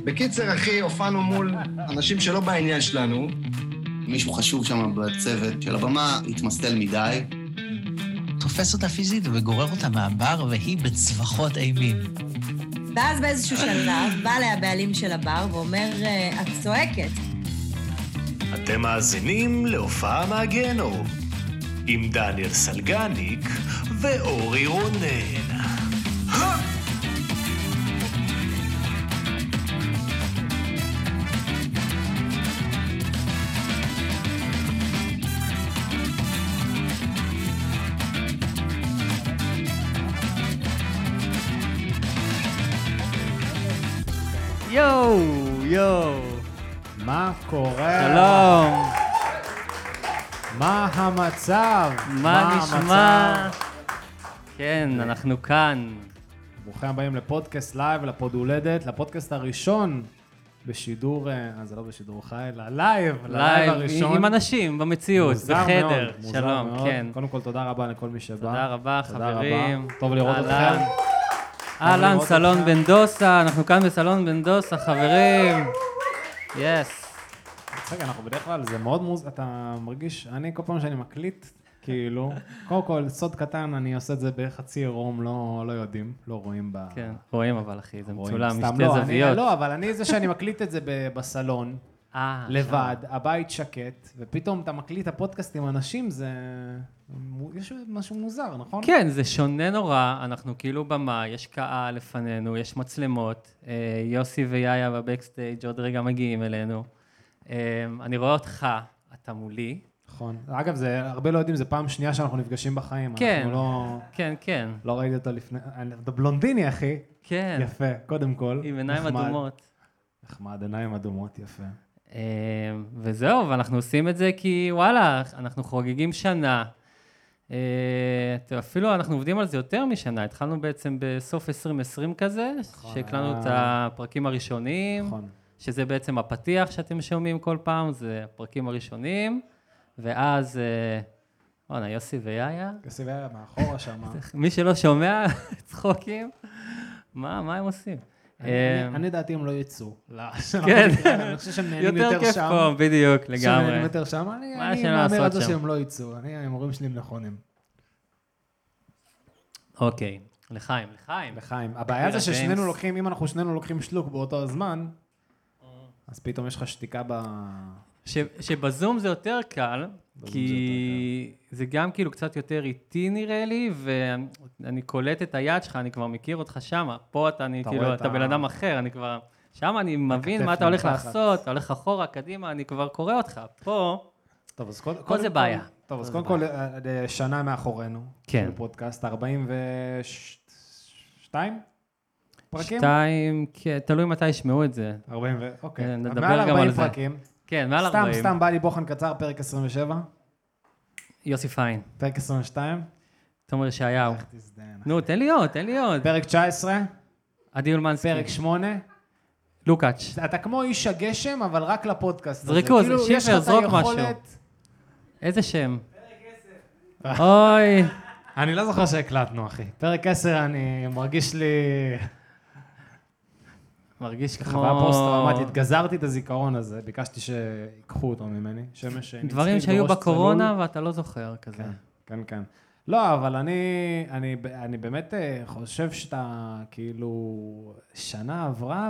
בקיצר, אחי, הופענו מול אנשים שלא בעניין שלנו. מישהו חשוב שם בצוות של הבמה התמסטל מדי. תופס אותה פיזית וגורר אותה מהבר, והיא בצווחות אימים. ואז באיזשהו שלב בא אליה הבעלים של הבר ואומר, את צועקת. אתם מאזינים להופעה מהגיהנום, עם דניאל סלגניק ואורי רונן. יואו. מה קורה? שלום. מה המצב? מה נשמע? כן, אנחנו כאן. ברוכים הבאים לפודקאסט לייב, לפוד הולדת, לפודקאסט הראשון בשידור, זה לא בשידור חי, אלא לייב הראשון. עם אנשים במציאות, בחדר. מוזר שלום, מאוד. כן. קודם כל תודה רבה לכל מי שבא. תודה רבה, חברים. טוב לראות אתכם. אהלן, סלון בן דוסה, אנחנו כאן בסלון בן דוסה, חברים. יס. רגע, אנחנו בדרך כלל, זה מאוד אתה מרגיש, אני כל פעם שאני מקליט, כאילו, קודם כל, סוד קטן, אני עושה את זה בחצי עירום, לא יודעים, לא רואים ב... כן, רואים אבל אחי, זה מצולם, סתם משתי זוויות. לא, אבל אני זה שאני מקליט את זה בסלון, לבד, הבית שקט, ופתאום אתה מקליט הפודקאסט עם אנשים, זה... יש משהו מוזר, נכון? כן, זה שונה נורא, אנחנו כאילו במה, יש קהל לפנינו, יש מצלמות, יוסי ויאיה בבקסטייג' עוד רגע מגיעים אלינו. אני רואה אותך, אתה מולי. נכון. אגב, הרבה לא יודעים, זה פעם שנייה שאנחנו נפגשים בחיים. כן, כן. כן. לא ראיתי אותו לפני... אתה בלונדיני, אחי. כן. יפה, קודם כל. עם עיניים אדומות. נחמד, עיניים אדומות, יפה. וזהו, ואנחנו עושים את זה כי וואלה, אנחנו חוגגים שנה. אפילו אנחנו עובדים על זה יותר משנה, התחלנו בעצם בסוף 2020 כזה, שהקלנו את הפרקים הראשונים, שזה בעצם הפתיח שאתם שומעים כל פעם, זה הפרקים הראשונים, ואז, יוסי ויאיה. יוסי ויאיה מאחורה שם. מי שלא שומע, צחוקים, מה הם עושים? אני דעתי הם לא יצאו. כן, אני חושב שהם נהנים יותר שם. יותר כיף פה, בדיוק, לגמרי. שהם נהנים יותר שם, אני מאמר על זה שהם לא יצאו, המורים שלי הם נכונים. אוקיי, לחיים. הבעיה זה ששנינו לוקחים, אם אנחנו שנינו לוקחים שלוק באותו הזמן, אז פתאום יש לך שתיקה שבזום זה יותר קל, כי זה גם כאילו קצת יותר איטי נראה לי, ואני קולט את היד שלך, אני כבר מכיר אותך שמה, פה אתה בן אדם אחר, אני כבר, שמה אני מבין מה אתה הולך לעשות, אתה הולך אחורה, קדימה, אני כבר קורא אותך, פה זה בעיה. טוב, אז קודם כל, שנה מאחורינו, כן. בפודקאסט, 42 פרקים? 2, תלוי מתי ישמעו את זה. 40, אוקיי. נדבר גם על זה. פרקים. כן, מעל 40. סתם בא לי בוחן קצר, פרק 27. יוסי פיין. פרק 22. תומר ישעיהו. נו, תן לי עוד. פרק 19. עדי אולמנסקי. פרק 8. לוקאץ'. אתה כמו איש הגשם, אבל רק לפודקאסט. זריקו, שיבר, זרוק משהו. איזה שם? פרק 10. אוי. אני לא זוכר שהקלטנו, אחי. פרק 10, אני מרגיש לי... מרגיש כמו... חוויה פוסט-טראומטית, גזרתי את הזיכרון הזה, ביקשתי שיקחו אותו ממני. דברים שהיו בקורונה ואתה לא זוכר כזה. כן. לא, אבל אני באמת חושב שאתה, כאילו, שנה עברה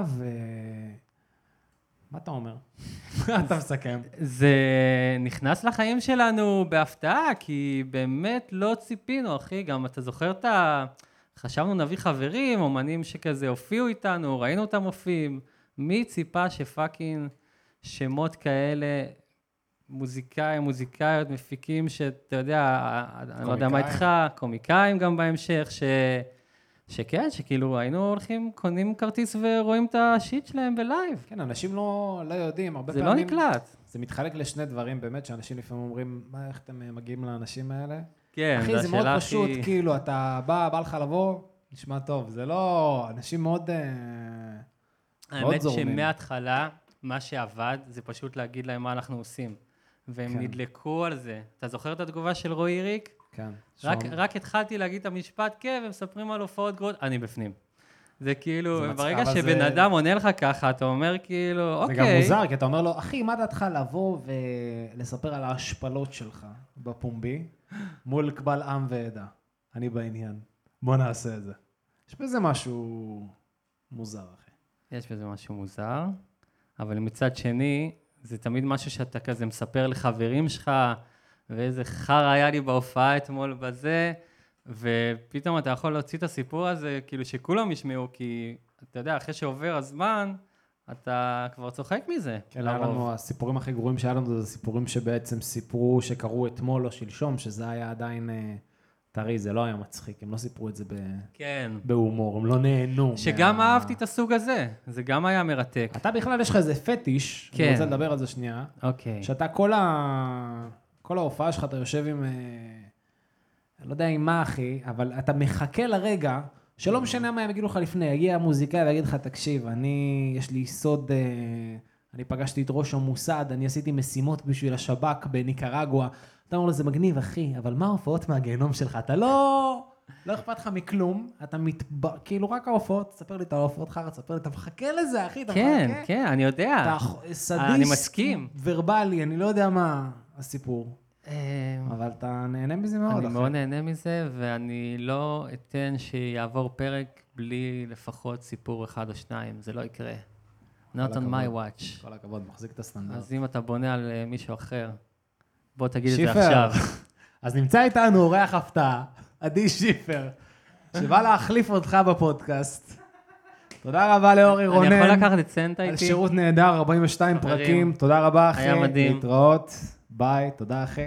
מה אתה אומר? מה אתה מסכם? זה נכנס לחיים שלנו בהפתעה, כי באמת לא ציפינו, אחי. גם אתה זוכר חשבנו נביא חברים, אומנים שכזה הופיעו איתנו, ראינו אותם הופיעים. מי ציפה שפאקינג שמות כאלה, מוזיקאיות, מפיקים, שאתה יודע, אני לא יודע מה איתך, קומיקאים גם בהמשך, שכן, שכאילו היינו הולכים, קונים כרטיס ורואים את השיט שלהם בלייב. כן, אנשים לא יודעים, הרבה זה פעמים... זה לא נקלט. זה מתחלק לשני דברים, באמת, שאנשים לפעמים אומרים, איך אתם מגיעים לאנשים האלה? כן, אחי, זה מאוד פשוט, כאילו, אתה בא לך לבוא, נשמע טוב, זה לא... אנשים מאוד האמת שמההתחלה, מה שעבד, זה פשוט להגיד להם מה אנחנו עושים. והם נדלקו על זה. אתה זוכר את התגובה של רועי ריק? כן. רק התחלתי להגיד את המשפט, כן, ומספרים על הופעות גרועות, אני בפנים. זה כאילו, זה מצחיק, ברגע אבל שבן זה- אדם עונה לך ככה, אתה אומר כאילו, זה גם אוקיי. מוזר, כי אתה אומר לו, אחי, מה דעתך לבוא ולספר על ההשפלות שלך בפומבי, מול קבל עם ועדה? אני בעניין. בוא נעשה את זה. יש בזה משהו מוזר, אחי. יש בזה משהו מוזר, אבל מצד שני, זה תמיד משהו שאתה כזה מספר לחברים שלך, ואיזה חר היה לי בהופעה אתמול בזה, ופתאום אתה יכול להוציא את הסיפור הזה, כאילו שכולם ישמעו, כי אתה יודע, אחרי שעובר הזמן, אתה כבר צוחק מזה. כן, היה לנו, הסיפורים הכי גרועים שהיה לנו, זה סיפורים שבעצם סיפרו שקרו אתמול או שלשום, שזה היה עדיין טרי, זה לא היה מצחיק, הם לא סיפרו את זה כן. בהומור, הם לא נהנו. שגם אהבתי את הסוג הזה, זה גם היה מרתק. אתה בכלל, יש לך איזה פטיש, כן. אני רוצה לדבר על זה שנייה, אוקיי. שאתה כל ההופעה שלך, אתה יושב עם, אני לא יודע עם מה אחי, אבל אתה מחכה לרגע, שלא משנה מה הם יגידו לך לפני, יגיע המוזיקאי ויגיד לך, תקשיב, יש לי סוד, אני פגשתי את ראש המוסד, אני עשיתי משימות בשביל השב"כ בניקרגואה, אתה אומר לו, זה מגניב אחי, אבל מה ההופעות מהגיהנום שלך? אתה לא אכפת לך מכלום, אתה כאילו רק ההופעות, תספר לי את ההופעות חרא, תספר לי, אתה מחכה לזה אחי, אתה כן, מחכה. כן, אני יודע. אתה סדיסט, אני מסכים. ורבלי, אני לא יודע מה הסיפור. אבל אתה נהנה מזה מאוד, אני אחי. מאוד נהנה מזה, ואני לא אתן שיעבור פרק בלי לפחות סיפור אחד או שניים, זה לא יקרה. Not on my watch. כל הכבוד, מחזיק את הסטנדרט. אז אם אתה בונה על מישהו אחר, בוא תגיד את זה שיפר. עכשיו. אז נמצא איתנו אורח הפתעה, עדי שיפר, שבא להחליף אותך בפודקאסט. תודה רבה לאורי רונן. אני יכול לקחת את סנטה על איתי? שירות נהדר, 42 חברים, פרקים. תודה רבה, אחי. היה מדהים. להתראות. ביי, תודה, אחי.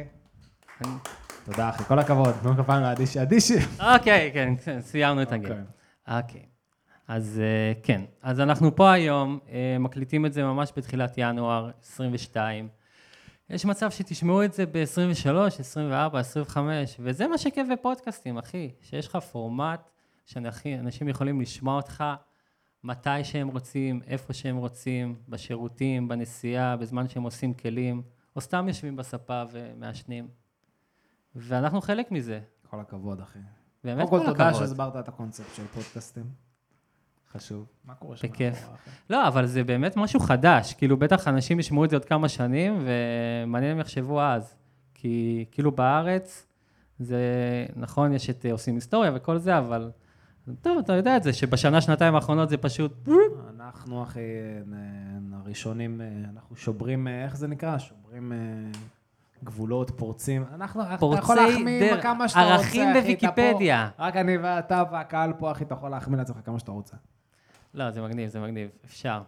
תודה, אחי. כל הכבוד. תנו כפיים לעדי שיפר. אוקיי, כן, סיימנו את הגל. אוקיי. אז כן, אז אנחנו פה היום, מקליטים את זה ממש בתחילת ינואר 22. יש מצב שתשמעו את זה ב-23, 24, 25, וזה מה שכיף בפודקאסטים, אחי, שיש לך פורמט שאנשים יכולים לשמוע אותך מתי שהם רוצים, איפה שהם רוצים, בשירותים, בנסיעה, בזמן שהם עושים כלים, או סתם יושבים בספה ומעשנים. ואנחנו חלק מזה. כל הכבוד, אחי. באמת קודם כל כל, תודה הכבוד. שהסברת את הקונספט של פודקאסטים. חשוב. מה קורה שם? בכיף. מאחורה, אחי? לא, אבל זה באמת משהו חדש, כאילו בטח אנשים ישמעו את זה עוד כמה שנים, ומעניין אם יחשבו אז. כי כאילו בארץ, זה נכון, יש את עושים היסטוריה וכל זה, אבל טוב, אתה יודע את זה, שבשנה, שנתיים האחרונות זה פשוט... אנחנו, אחי, הראשונים, אנחנו שוברים, איך זה נקרא? שוברים גבולות, פורצים. אתה יכול פורצי להחמיא דרך, בכמה שאתה רוצה, אחי. ערכים אתה בוויקיפדיה. פה, רק אני ואתה והקהל פה, אחי, אתה יכול להחמיא לעצמך כמה שאתה רוצה. לא, זה מגניב, זה מגניב, אפשר.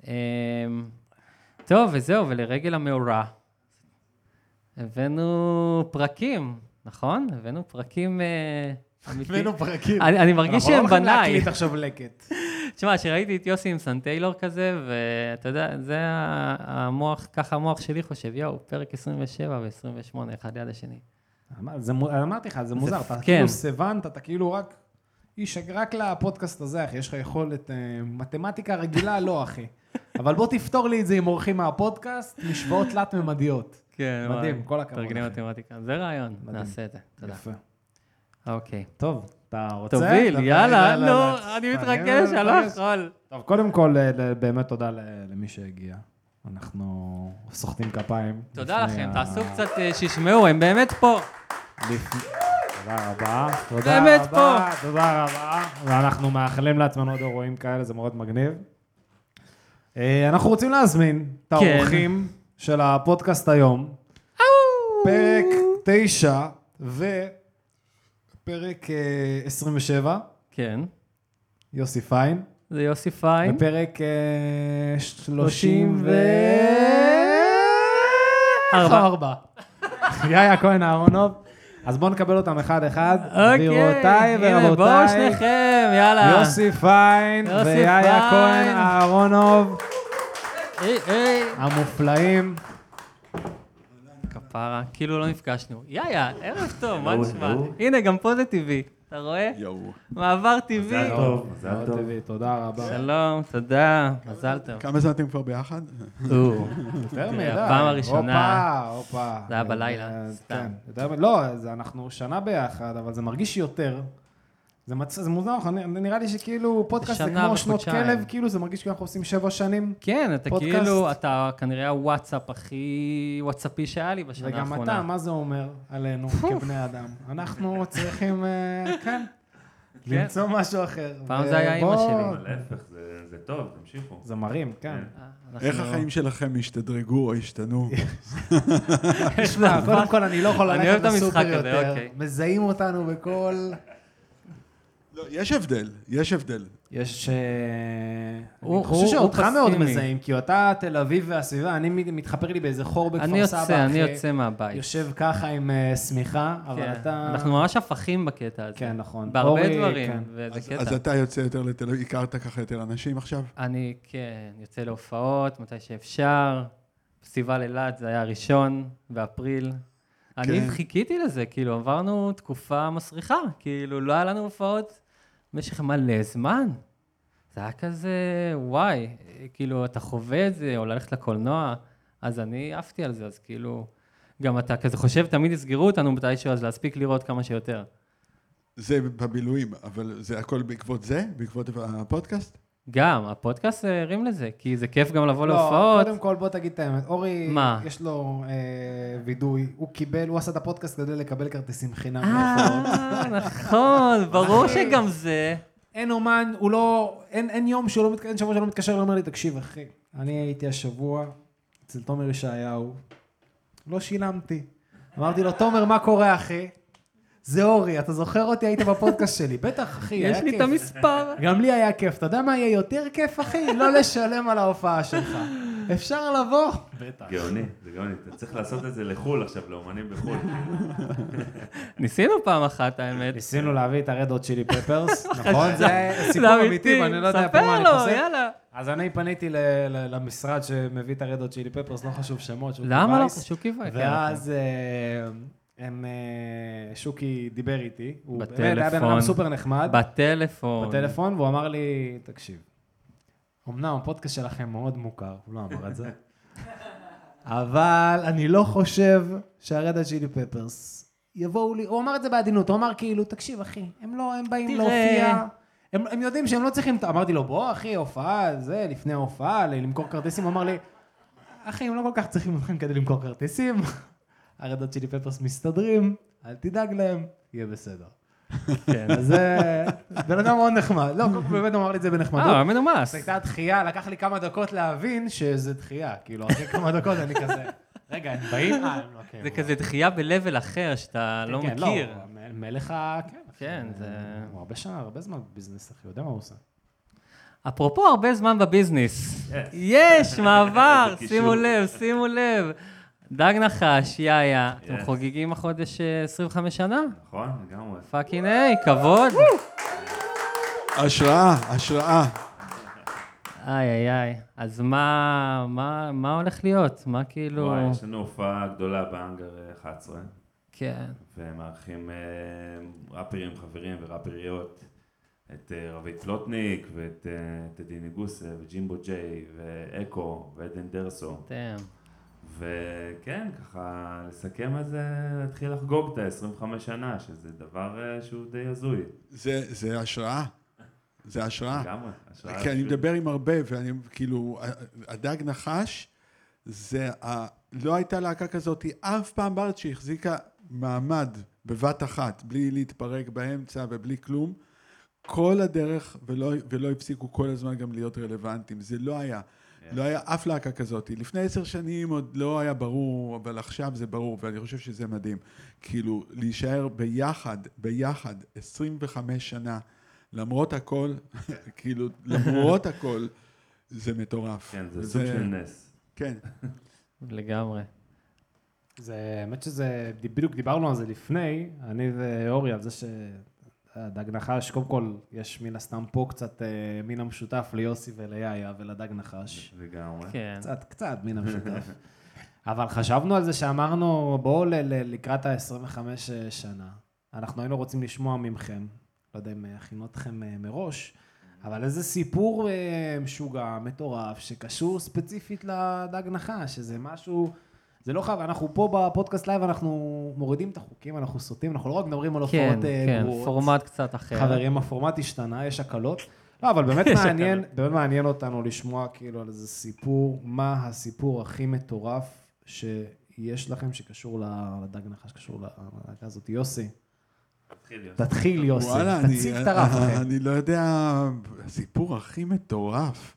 טוב, וזהו, ולרגל המאורע, הבאנו פרקים, נכון? הבאנו פרקים אמיתיים. הבאנו פרקים. אני מרגיש שהם אנחנו לא הולכים בניי. להקליט עכשיו לקט. תשמע, שראיתי את יוסי עם סנטיילור כזה, ואתה יודע, זה המוח, ככה המוח שלי חושב, יואו, פרק 27 ו-28, אחד ליד השני. אמרתי לך, זה מוזר, אתה כן. כאילו סבנת, אתה כאילו רק איש, רק לפודקאסט הזה, אחי, יש לך יכולת מתמטיקה רגילה, לא, אחי. אבל בוא תפתור לי את זה עם אורחים מהפודקאסט, משוואות תלת-ממדיות. כן, מדהים, כל הכבוד. תרגני אחי. מתמטיקה, זה רעיון, מדהים. נעשה את זה, תודה. יפה. אוקיי. טוב, אתה רוצה? תוביל, יאללה, נו, אני מתרגש, אני לא מתרגש. יכול. טוב, קודם כל, באמת תודה למי שהגיע. אנחנו סוחטים כפיים. תודה לפני לכם, תעשו קצת שישמעו, הם באמת פה. תודה רבה. באמת פה. תודה רבה. ואנחנו מאחלים לעצמנו עוד אירועים כאלה, זה מאוד מגניב. אנחנו רוצים להזמין את האורחים של הפודקאסט היום. פרק 9 ופרק 27. כן, יוסי פיין. זה יוסי פיין. בפרק 34. יאיה כהן אהרונוב. אז בואו נקבל אותם אחד-אחד. גבירותיי הנה, בואו ורבותיי. שניכם, יאללה. יוסי פיין יוסי ויאיה פיין. כהן אהרונוב. היי. המופלאים. כפרה, כאילו לא נפגשנו. יאיה, ערב טוב, מה נשמע? הנה, גם פה זה טבעי, אתה רואה? מעבר טבעי. מזל טוב. תודה רבה. שלום, תודה, מזל טוב. כמה זמן אתם כבר ביחד? יותר מדי. הפעם הראשונה. הופה. זה היה בלילה, סתם. כן. לא, אנחנו שנה ביחד, אבל זה מרגיש יותר. זה מוזר, נראה לי שכאילו פודקאסט זה כמו שנות כלב, כאילו זה מרגיש שאנחנו עושים 7 שנים. כן, אתה כאילו, אתה כנראה הוואטסאפ הכי וואטסאפי שהיה לי בשנה האחרונה. וגם אתה, מה זה אומר עלינו כבני אדם? אנחנו צריכים, כן, למצוא משהו אחר. פעם זה היה אמא שלי. להפך, זה טוב, תמשיכו. זה מרים, כן. איך החיים שלכם השתדרגו או השתנו? קודם כל, אני לא יכול ללכת לסופר יותר. אוקיי. מזהים אותנו בכל... לא, יש הבדל, יש הבדל. יש... אני חושב שאותך מאוד מזהים, כי אתה תל אביב והסביבה, אני מתחפר לי באיזה חור בכפר סבא. אני יוצא מהבית. יושב ככה עם שמיכה, אבל אתה... אנחנו ממש הפכים בקטע הזה. כן, נכון. בהרבה דברים, וזה קטע. אז אתה יוצא יותר לתל אביב, הכרת ככה יותר אנשים עכשיו? אני, כן, יוצא להופעות, מתי שאפשר. פסטיבל אילת, זה היה הראשון, באפריל. אני חיכיתי לזה, כאילו, עברנו תקופה מסריחה, כאילו, לא היה לנו הופעות במשך מלא זמן. זה היה כזה, וואי, כאילו, אתה חווה את זה, או ללכת לקולנוע, אז אני עפתי על זה, אז כאילו, גם אתה כזה חושב, תמיד יסגרו אותנו מתישהו, אז להספיק לראות כמה שיותר. זה בבילויים, אבל זה הכל בעקבות זה? בעקבות הפודקאסט? גם, הפודקאסט הרים לזה, כי זה כיף גם לבוא להופעות. לא, קודם כל בוא תגיד את האמת, אורי, יש לו וידוי, הוא עשה את הפודקאסט כדי לקבל כרטיסים חינם להופעות. נכון, ברור שגם זה. אין אומן, אין יום אין שבוע שלא מתקשר, לא אומר לי, תקשיב אחי, אני הייתי השבוע אצל תומר ישעיהו, לא שילמתי. אמרתי לו, תומר, מה קורה אחי? זה אורי, אתה זוכר אותי, היית בפודקאסט שלי. בטח, אחי, היה כיף. יש לי את המספר. גם לי היה כיף. אתה יודע מה יהיה יותר כיף, אחי? לא לשלם על ההופעה שלך. אפשר לבוא. בטח. גאוני, זה גאוני. אתה צריך לעשות את זה לחול עכשיו, לאומנים בחול. ניסינו פעם אחת, האמת. ניסינו להביא את הרד הוט צ'ילי פפרס, נכון? זה סיפור אמיתי, ואני לא יודע פה מה אני חושב. יאללה. אז אני פניתי למשרד שמביא את הרד הוט צ'ילי פפרס, לא חשוב שמות, למה לא? שוקי וייס. ואז שוקי דיבר איתי, הוא באמת היה בן אדם סופר נחמד. בטלפון, והוא אמר לי, תקשיב, אמנם הפודקאסט שלכם מאוד מוכר, הוא לא אמר את זה, אבל אני לא חושב שהרד הוט צ'ילי פפרס יבואו לי, הוא אמר את זה בעדינות, הוא אמר כאילו, תקשיב אחי, הם באים להופיע, הם יודעים שהם לא צריכים, אמרתי לו, בוא אחי, הופעה, זה, לפני ההופעה, למכור כרטיסים, הוא אמר לי, אחי, הם לא כל כך צריכים אתכם כדי למכור כרטיסים, הרד הוט צ'ילי פפרס מסתדרים, אל תדאג להם, יהיה בסדר. כן, אז בן אדם מאוד נחמד. לא, באמת אמר לי את זה בנחמדות. מנומס. זו הייתה דחייה, לקח לי כמה דקות להבין שזה דחייה. כאילו, אחרי כמה דקות אני כזה, רגע, הם באים? זה כזה דחייה ב-level אחר שאתה לא מכיר. מלך כן, זה... הוא הרבה זמן בביזנס, אחי, יודע מה הוא עושה. אפרופו הרבה זמן בביזנס. יש, מעבר, שימו לב. דג נחש, יאיה, אתם חוגגים החודש 25 שנה? נכון, לגמרי. פאקינג איי, כבוד. השראה. איי. אז מה הולך להיות? מה כאילו... וואי, יש לנו הופעה גדולה באנגר 11. כן. ומארחים ראפרים, חברים וראפריות. את רבית פלוטניק, ואת טדי ניגוסה, וג'ימבו ג'יי, ואקו, ועדן דרסו. וכן, ככה לסכם את זה, להתחיל לחגוג את ה-25 שנה, שזה דבר שהוא די הזוי. זה השראה. זה השראה. לגמרי, השראה. כי אני מדבר עם הרבה, ואני כאילו, הדג נחש, לא הייתה להקה כזאת, אף פעם בארץ שהחזיקה מעמד בבת אחת, בלי להתפרק באמצע ובלי כלום, כל הדרך, ולא הפסיקו כל הזמן גם להיות רלוונטיים. זה לא היה. לא היה אף להקה כזאת. לפני 10 שנים עוד לא היה ברור, אבל עכשיו זה ברור, ואני חושב שזה מדהים. כאילו, להישאר ביחד, 25 שנה, למרות הכל, כאילו, למרות הכל, זה מטורף. כן, זה סוג של נס. כן. לגמרי. האמת שזה, בדיוק דיברנו על זה לפני, אני ואורי, על זה דג נחש, קודם כל, יש מן הסתם פה קצת מן המשותף ליוסי וליאיה ולדג נחש. לגמרי. כן. קצת מן המשותף. אבל חשבנו על זה שאמרנו, בואו לקראת ה-25 שנה. אנחנו היינו רוצים לשמוע ממכם, לא יודע אם הכינו אתכם מראש, אבל איזה סיפור משוגע, מטורף, שקשור ספציפית לדג נחש, שזה משהו, זה לא חייב, אנחנו פה בפודקאסט לייב, אנחנו מורידים את החוקים, אנחנו סוטים, אנחנו לא רק מדברים על הופעות גרועות. כן, פורמט קצת אחר. חברים, הפורמט השתנה, יש הקלות. לא, אבל באמת מעניין אותנו לשמוע כאילו על איזה סיפור, מה הסיפור הכי מטורף שיש לכם שקשור לדג נחש, שקשור להקה הזאת. יוסי. תתחיל יוסי, תציג את הרף. אני לא יודע, הסיפור הכי מטורף.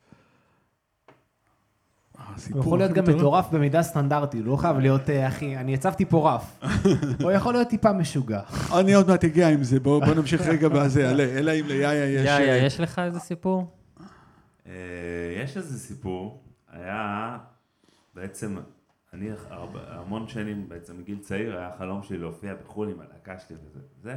הוא יכול להיות גם מטורף במידה סטנדרטית, הוא לא חייב להיות, אחי, אני הצבתי פה רף. הוא יכול להיות טיפה משוגע. אני עוד מעט הגיע עם זה, בוא נמשיך רגע בזה, אלא אם ליאיה יש... יאיה, יש לך איזה סיפור? יש איזה סיפור, היה בעצם, אני המון שנים, בעצם מגיל צעיר, היה חלום שלי להופיע בחול עם הלהקה שלי וזה,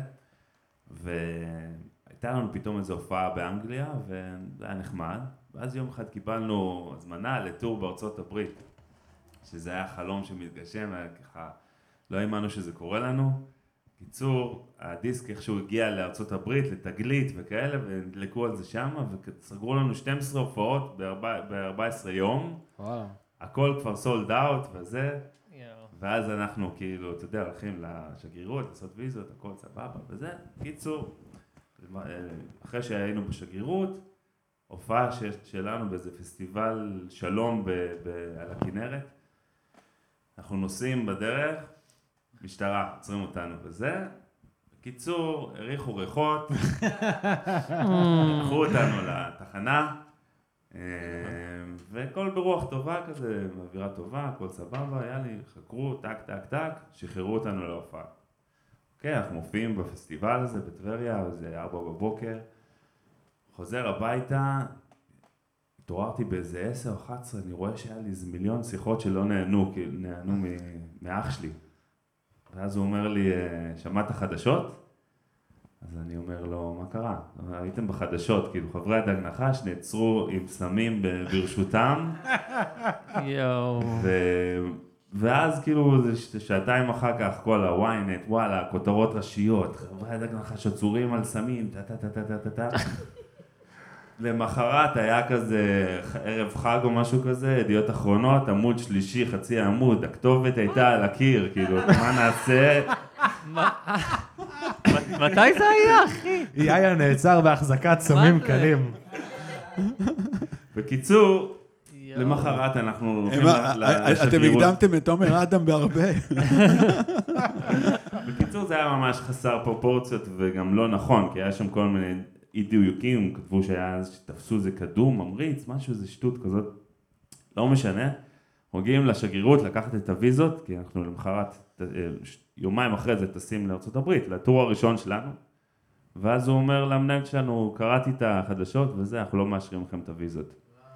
והייתה לנו פתאום איזו הופעה באנגליה, וזה היה נחמד. ואז יום אחד קיבלנו הזמנה לטור בארצות הברית, שזה היה חלום שמתגשם, היה ככה, לא האמנו שזה קורה לנו. קיצור, הדיסק איכשהו הגיע לארצות הברית, לתגלית וכאלה, ונדלקו על זה שם, וסגרו לנו 12 הופעות ב-14 יום. וואו. הכל כבר סולד אאוט וזה, ואז אנחנו כאילו, אתה יודע, הולכים לשגרירות, לעשות ויזות, הכל סבבה וזה. קיצור, אחרי שהיינו בשגרירות, הופעה שלנו באיזה פסטיבל שלום על הכנרת. אנחנו נוסעים בדרך, משטרה, עוצרים אותנו וזה. בקיצור, הריחו ריחות, לקחו אותנו לתחנה, וכל ברוח טובה כזה, באווירה טובה, הכל סבבה, היה לי, חקרו, טק, טק, טק, שחררו אותנו להופעה. אוקיי, אנחנו מופיעים בפסטיבל הזה בטבריה, זה 4 בבוקר. חוזר הביתה, התעוררתי באיזה 10 או 11, אני רואה שהיה לי איזה מיליון שיחות שלא נהנו, כי נהנו מאח שלי. ואז הוא אומר לי, שמעת חדשות? אז אני אומר לו, מה קרה? הייתם בחדשות, כאילו חברי הדג נחש נעצרו עם סמים ברשותם. יואו. ואז כאילו שעתיים אחר כך כל הוויינט, וואלה, כותרות ראשיות, חברי הדג נחש עצורים על סמים, טה. למחרת היה כזה ערב חג או משהו כזה, ידיעות אחרונות, עמוד שלישי, חצי עמוד, הכתובת הייתה על הקיר, כאילו, מה נעשה? מתי זה היה, אחי? יאיה נעצר בהחזקת סמים קלים. בקיצור, למחרת אנחנו הולכים לשגרירות. אתם הקדמתם את עומר אדם בהרבה. בקיצור, זה היה ממש חסר פרופורציות וגם לא נכון, כי היה שם כל מיני אי דיוקים, כתבו שתפסו איזה כדור, ממריץ, משהו, איזה שטות כזאת, לא משנה. מגיעים לשגרירות לקחת את הוויזות, כי אנחנו למחרת, יומיים אחרי זה טסים לארצות הברית, לטור הראשון שלנו, ואז הוא אומר למנהל שלנו, קראתי את החדשות וזה, אנחנו לא מאשרים לכם את הוויזות.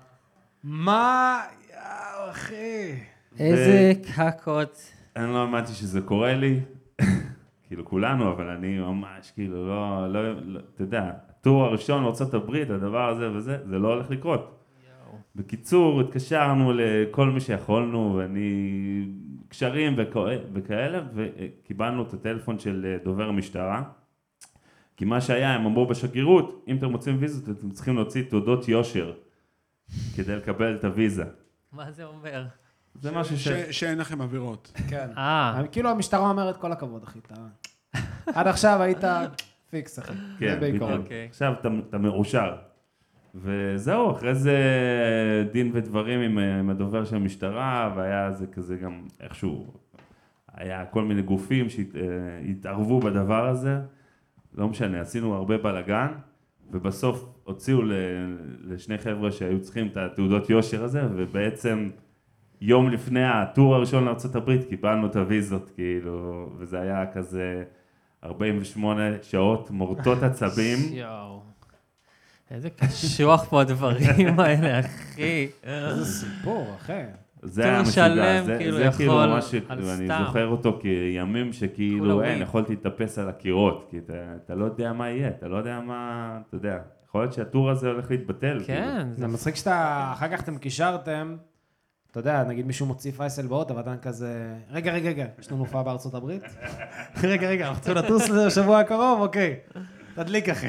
מה? יאו, אחי. איזה קקות. אני לא אמרתי שזה קורה לי, כאילו כולנו, אבל אני ממש כאילו לא, אתה יודע, הטור הראשון לארצות הברית, הדבר הזה וזה, זה לא הולך לקרות. בקיצור, התקשרנו לכל מי שיכולנו, ואני קשרים וכאלה, וקיבלנו את הטלפון של דובר המשטרה, כי מה שהיה, הם אמרו בשגרירות, אם אתם מוצאים ויזות, אתם צריכים להוציא תעודות יושר, כדי לקבל את הוויזה. מה זה אומר? זה משהו שאין לכם עבירות. כן. כאילו המשטרה אומרת כל הכבוד, אחי. עד עכשיו היית פיקס, אחי. כן, בדיוק. עכשיו אתה מאושר. וזהו, אחרי זה דין ודברים עם הדובר של המשטרה, והיה זה כזה גם איכשהו, היה כל מיני גופים שהתערבו בדבר הזה. לא משנה, עשינו הרבה בלגן, ובסוף הוציאו לשני חבר'ה שהיו צריכים את התעודות יושר הזה, ובעצם יום לפני הטור הראשון לארצות הברית קיבלנו את הוויזות, כאילו, וזה היה כזה 48 שעות מורטות עצבים. יואו, איזה קשוח פה הדברים האלה, אחי. איזה סיפור, אחי. זה היה משוגע, זה כאילו ממש, אני זוכר אותו כימים שכאילו, אין, יכולתי להתאפס על הקירות, כי אתה לא יודע מה יהיה, אתה לא יודע מה, אתה יודע, יכול להיות שהטור הזה הולך להתבטל. כן. זה מצחיק שאתה, אחר כך אתם קישרתם, אתה יודע, נגיד מישהו מוציא פייסל באוטו, ואתה כזה, רגע, יש לנו הופעה בארצות הברית? רגע, אנחנו צריכים לטוס לשבוע הקרוב, אוקיי. תדליק אחי.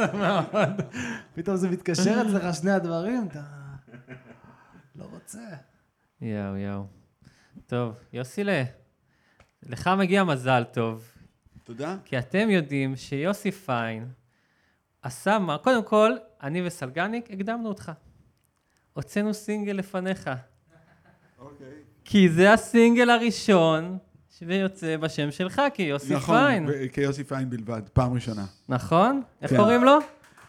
פתאום זה מתקשר אצלך שני הדברים, אתה לא רוצה. יאו. טוב, יוסילה, לך מגיע מזל טוב, תודה. כי אתם יודעים שיוסי פיין עשה מה, קודם כל, אני וסלגניק הקדמנו אותך. הוצאנו סינגל לפניך. אוקיי. כי זה הסינגל הראשון שיוצא בשם שלך, כי יוסי פיין. נכון, כיוסי פיין בלבד, פעם ראשונה. נכון? איך כן. קוראים לו?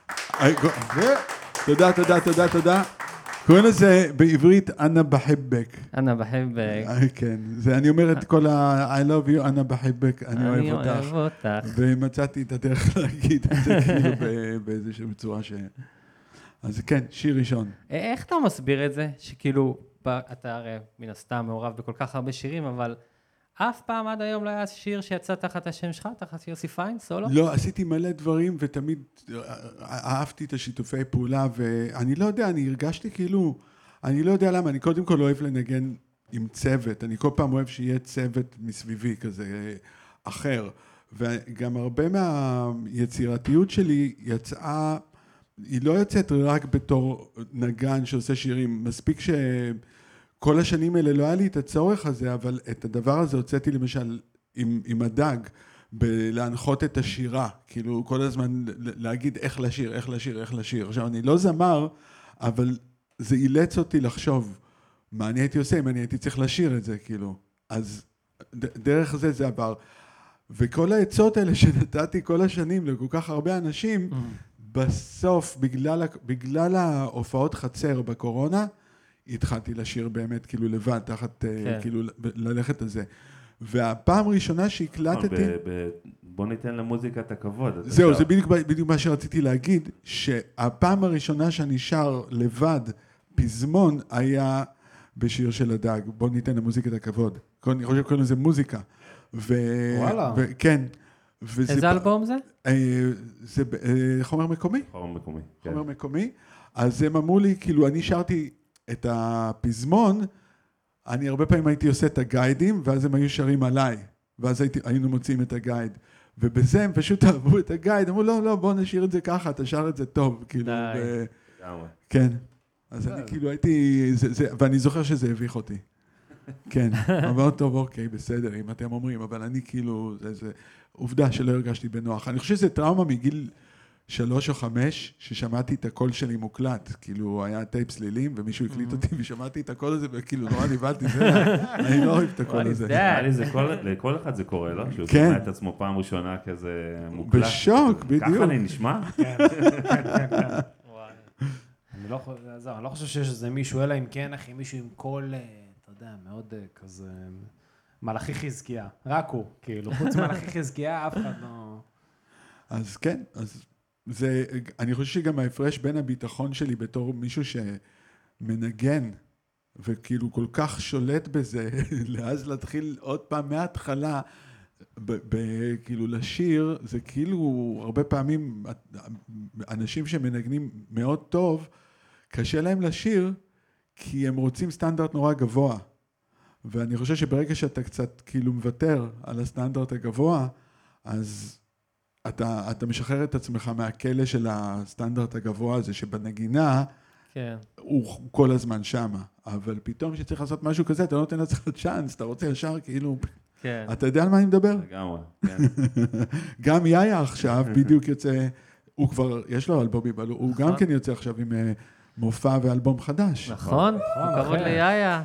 תודה. קוראים לזה בעברית אנה בחבק. אנה בחבק. כן, אני אומר את כל I love you, אנה בחבק, אני אוהב אוהב אותך. ומצאתי את הדרך להגיד את זה כאילו באיזושהי צורה ש... אז כן, שיר ראשון. איך אתה מסביר את זה? שכאילו, אתה הרי מן הסתם מעורב בכל כך הרבה שירים, אבל אף פעם עד היום לא היה שיר שיצא תחת השם שלך, תחת יוסי פיין, סולו? לא, עשיתי מלא דברים ותמיד אהבתי את השיתופי פעולה, ואני לא יודע, אני הרגשתי כאילו, אני לא יודע למה, אני קודם כל אוהב לנגן עם צוות, אני כל פעם אוהב שיהיה צוות מסביבי כזה אחר, וגם הרבה מהיצירתיות שלי יצאה, היא לא יוצאת רק בתור נגן שעושה שירים, מספיק שכל השנים האלה לא היה לי את הצורך הזה, אבל את הדבר הזה הוצאתי למשל עם הדג, בלהנחות את השירה, כאילו כל הזמן להגיד איך לשיר. עכשיו אני לא זמר, אבל זה אילץ אותי לחשוב מה אני הייתי עושה אם אני הייתי צריך לשיר את זה, כאילו. אז דרך זה עבר. וכל העצות האלה שנתתי כל השנים לכל כך הרבה אנשים, בסוף, בגלל ההופעות חצר בקורונה, התחלתי לשיר באמת כאילו לבד, תחת כאילו ללכת על זה. והפעם הראשונה שהקלטתי... בוא ניתן למוזיקה את הכבוד. זהו, זה בדיוק מה שרציתי להגיד, שהפעם הראשונה שאני שר לבד פזמון היה בשיר של הדג. בוא ניתן למוזיקה את הכבוד. אני חושב שקוראים לזה מוזיקה. וואלה. כן. איזה אלבום זה? זה חומר מקומי. חומר מקומי. אז הם אמרו לי, כאילו, אני שרתי את הפזמון, אני הרבה פעמים הייתי עושה את הגיידים, ואז הם היו שרים עליי, ואז היינו מוצאים את הגייד. ובזה הם פשוט אהבו את הגייד, אמרו, לא, בוא נשאיר את זה ככה, אתה שר את זה טוב, כאילו. כן. אז אני כאילו הייתי, ואני זוכר שזה הביך אותי. כן, אבל טוב, אוקיי, בסדר, אם אתם אומרים, אבל אני כאילו, זה עובדה שלא הרגשתי בנוח. אני חושב שזה טראומה מגיל 3 או 5, ששמעתי את הקול שלי מוקלט, כאילו היה טייפ צלילים, ומישהו הקליט אותי ושמעתי את הקול הזה, וכאילו נורא נבלתי, אני לא אוהב את הקול הזה. לכל אחד זה קורה, לא? שהוא שומע את עצמו פעם ראשונה כזה מוקלט. בשוק, בדיוק. ככה אני נשמע? כן. אני לא חושב שיש איזה מישהו, אלא אם כן, אחי, מישהו עם קול, אתה יודע, מאוד כזה, מלאכי חזקיה. רק הוא, כאילו, חוץ מלאכי חזקיה, אף אחד לא... אז כן, אז זה, אני חושב שגם ההפרש בין הביטחון שלי בתור מישהו שמנגן, וכאילו כל כך שולט בזה, לאז להתחיל עוד פעם מההתחלה, כאילו לשיר, זה כאילו הרבה פעמים אנשים שמנגנים מאוד טוב, קשה להם לשיר, כי הם רוצים סטנדרט נורא גבוה. ואני חושב שברגע שאתה קצת כאילו מוותר על הסטנדרט הגבוה, אז אתה משחרר את עצמך מהכלא של הסטנדרט הגבוה הזה, שבנגינה הוא כל הזמן שמה. אבל פתאום שצריך לעשות משהו כזה, אתה לא נותן לעצמך צ'אנס, אתה רוצה ישר כאילו... אתה יודע על מה אני מדבר? לגמרי, כן. גם יאיה עכשיו בדיוק יוצא, הוא כבר, יש לו אלבומים, אבל הוא גם כן יוצא עכשיו עם מופע ואלבום חדש. נכון, כבוד ליאיה.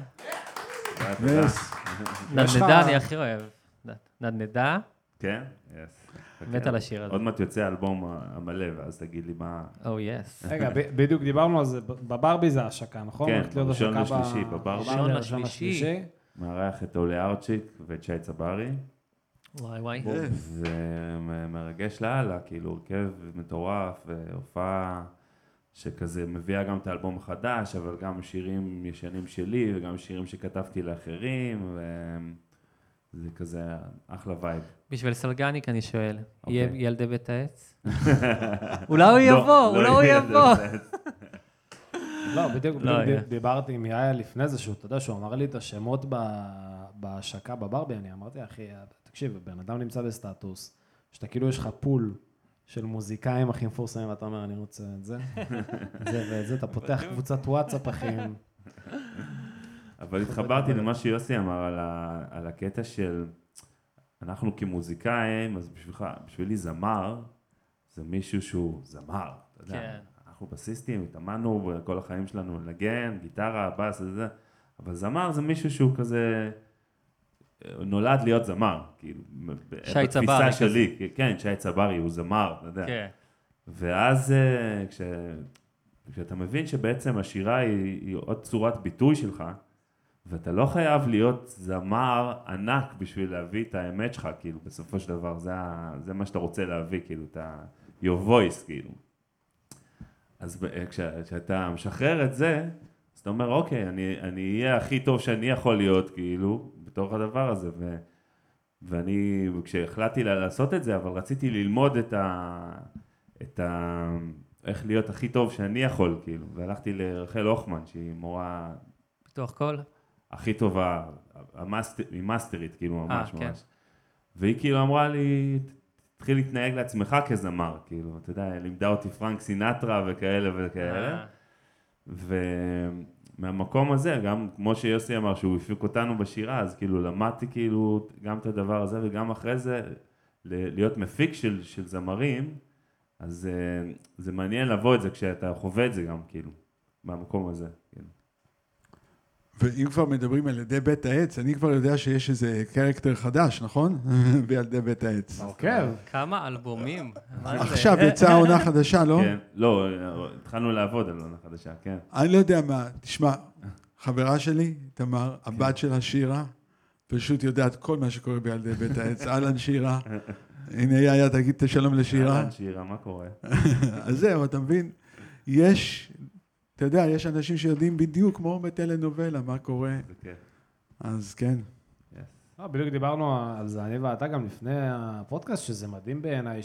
נדנדה אני הכי אוהב. נדנדה? כן, מת על השיר הזה. עוד מעט יוצא האלבום המלא, ואז תגיד לי מה... רגע, בדיוק דיברנו על זה, בברבי זה השקה, נכון? כן, בראשון לשלישי, בברבי. ראשון לשלישי. מארח את עולה ארצ'יק ואת שי צברי. וואי. זה מרגש לאללה, כאילו הרכב מטורף, והופעה שכזה מביאה גם את האלבום החדש, אבל גם שירים ישנים שלי, וגם שירים שכתבתי לאחרים, וזה כזה אחלה וייב. בשביל סלגניק אני שואל, יהיה ילדי בית העץ? אולי הוא יבוא, אולי הוא יבוא. לא, בדיוק דיברתי עם יאיה לפני זה, אתה יודע שהוא אמר לי את השמות בהשקה בברבי, אני אמרתי, אחי, תקשיב, בן אדם נמצא בסטטוס, שאתה כאילו יש לך פול של מוזיקאים הכי מפורסמים, ואתה אומר, אני רוצה את זה, זה ואת זה, אתה פותח קבוצת וואטסאפ, אחי. אבל התחברתי למה שיוסי אמר על הקטע של אנחנו כמוזיקאים, אז בשבילי זמר, זה מישהו שהוא זמר, אתה יודע. כן. אנחנו בסיסטים, התאמנו בכל החיים שלנו לנגן, גיטרה, בס וזה, אבל זמר זה מישהו שהוא כזה, נולד להיות זמר, כאילו, שי צברי. בתפיסה שלי, כן, שי צברי, הוא זמר, אתה יודע. כן. ואז כשאתה מבין שבעצם השירה היא עוד צורת ביטוי שלך, ואתה לא חייב להיות זמר ענק בשביל להביא את האמת שלך, כאילו, בסופו של דבר, זה מה שאתה רוצה להביא, כאילו, your voice, כאילו. אז כשאתה משחרר את זה, אז אתה אומר, אוקיי, אני אהיה הכי טוב שאני יכול להיות, כאילו, בתוך הדבר הזה, ואני, כשהחלטתי לעשות את זה, אבל רציתי ללמוד איך להיות הכי טוב שאני יכול, כאילו, והלכתי לרחל אוחמן, שהיא מורה... פיתוח קול? הכי טובה, היא מאסטרית, כאילו, ממש כן. ממש. והיא כאילו אמרה לי, תתחיל להתנהג לעצמך כזמר, כאילו, אתה יודע, לימדה אותי פרנק סינטרה וכאלה וכאלה. ומהמקום הזה, גם כמו שיוסי אמר, שהוא הפיק אותנו בשירה, אז כאילו למדתי כאילו גם את הדבר הזה, וגם אחרי זה, להיות מפיק של זמרים, אז זה מעניין לבוא את זה כשאתה חווה את זה גם, כאילו, מהמקום הזה, כאילו. ואם כבר מדברים על ילדי בית העץ, אני כבר יודע שיש איזה קרקטר חדש, נכון? בילדי בית העץ. אוקיי. כמה אלבומים? מה זה? עכשיו יצאה עונה חדשה, לא? כן, לא, התחלנו לעבוד על עונה חדשה, כן. אני לא יודע מה, תשמע, חברה שלי, תמר, הבת שלה שירה, פשוט יודעת כל מה שקורה בילדי בית העץ, אהלן שירה. הנה יאיה, תגיד את השלום לשירה. אהלן שירה, מה קורה? אז זהו, אתה מבין? יש... אתה יודע, יש אנשים שיודעים בדיוק כמו בטלנובלה, מה קורה. אז כן. בדיוק דיברנו על זה, אני ואתה גם לפני הפודקאסט, שזה מדהים בעיניי,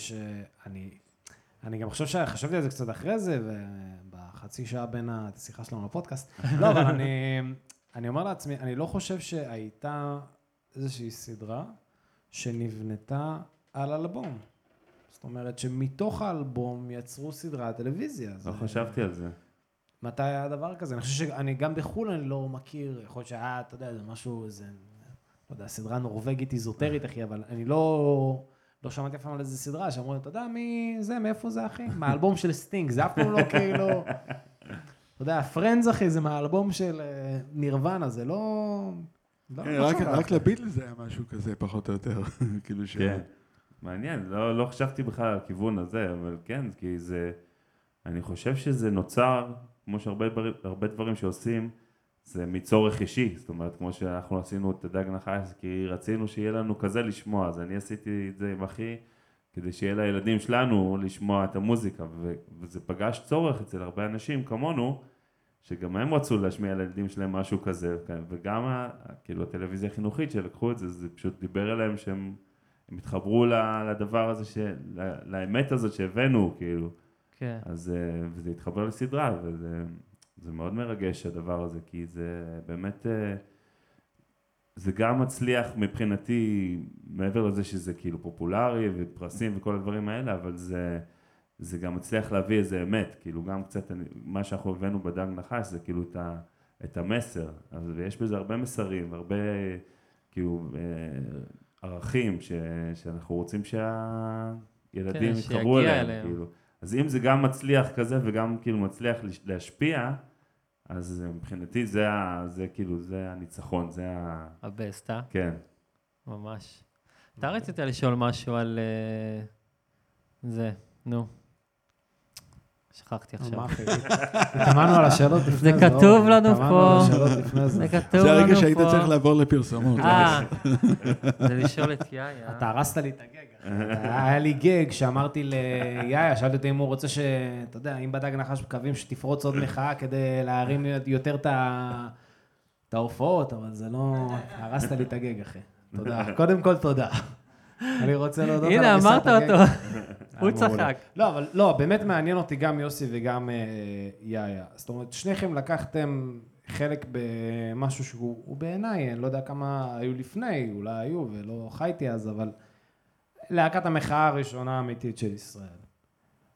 שאני גם חשבתי על זה קצת אחרי זה, ובחצי שעה בין השיחה שלנו לפודקאסט. לא, אבל אני אומר לעצמי, אני לא חושב שהייתה איזושהי סדרה שנבנתה על אלבום. זאת אומרת שמתוך האלבום יצרו סדרה טלוויזיה. לא חשבתי על זה. מתי היה דבר כזה? אני חושב שאני גם בחול אני לא מכיר, יכול להיות אתה יודע, זה משהו, זה, לא יודע, סדרה נורווגית איזוטרית, אחי, אבל אני לא שמעתי אף פעם על איזה סדרה, שאמרו, אתה יודע, מאיפה זה, אחי? מהאלבום של סטינג, זה אף פעם לא כאילו, אתה יודע, פרנדס, אחי, זה מהאלבום של נירוונה, זה לא... רק לביטלס זה היה משהו כזה, פחות או יותר, כאילו ש... כן, מעניין, לא חשבתי בכלל על הכיוון הזה, אבל כן, כי זה... אני חושב שזה נוצר, כמו שהרבה דברים שעושים, זה מצורך אישי, זאת אומרת, כמו שאנחנו עשינו את דג נחש, כי רצינו שיהיה לנו כזה לשמוע, אז אני עשיתי את זה עם אחי, כדי שיהיה לילדים שלנו לשמוע את המוזיקה, וזה פגש צורך אצל הרבה אנשים כמונו, שגם הם רצו להשמיע לילדים שלהם משהו כזה, וגם כאילו הטלוויזיה החינוכית שלקחו את זה, זה פשוט דיבר אליהם שהם התחברו לדבר הזה, לאמת הזאת שהבאנו, כאילו. כן. אז וזה התחבר לסדרה, וזה מאוד מרגש הדבר הזה, כי זה באמת, זה גם מצליח מבחינתי, מעבר לזה שזה כאילו פופולרי ופרסים וכל הדברים האלה, אבל זה גם מצליח להביא איזה אמת, כאילו גם קצת, מה שאנחנו הבאנו בדג נחש, זה כאילו את המסר, ויש בזה הרבה מסרים, הרבה כאילו ערכים שאנחנו רוצים שהילדים יתחברו אליהם, כאילו. אז אם זה גם מצליח כזה וגם כאילו מצליח להשפיע, אז מבחינתי זה כאילו, זה הניצחון, זה הבסט, כן. ממש. אתה רצית לשאול משהו על זה, נו. שכחתי עכשיו. מה אחי? התאמנו על השאלות לפני זה כתוב לנו פה. זה כתוב לנו פה. זה הרגע שהיית צריך לעבור לפרסומות. זה לשאול את יאיה. אתה הרסת לי את הגג. היה לי גג שאמרתי ליאיה, שאלתי אותי אם הוא רוצה אתה יודע, אם בדג נחש מקווים שתפרוץ עוד מחאה כדי להרים יותר את ההופעות, אבל זה לא... הרסת לי את הגג, אחי. תודה. קודם כל, תודה. אני רוצה להודות על הריסת הגג. הנה, אמרת אותו. הוא צחק. לא, אבל לא, באמת מעניין אותי גם יוסי וגם יאיה. זאת אומרת, שניכם לקחתם חלק במשהו שהוא בעיניי, אני לא יודע כמה היו לפני, אולי היו ולא חייתי אז, אבל להקת המחאה הראשונה האמיתית של ישראל.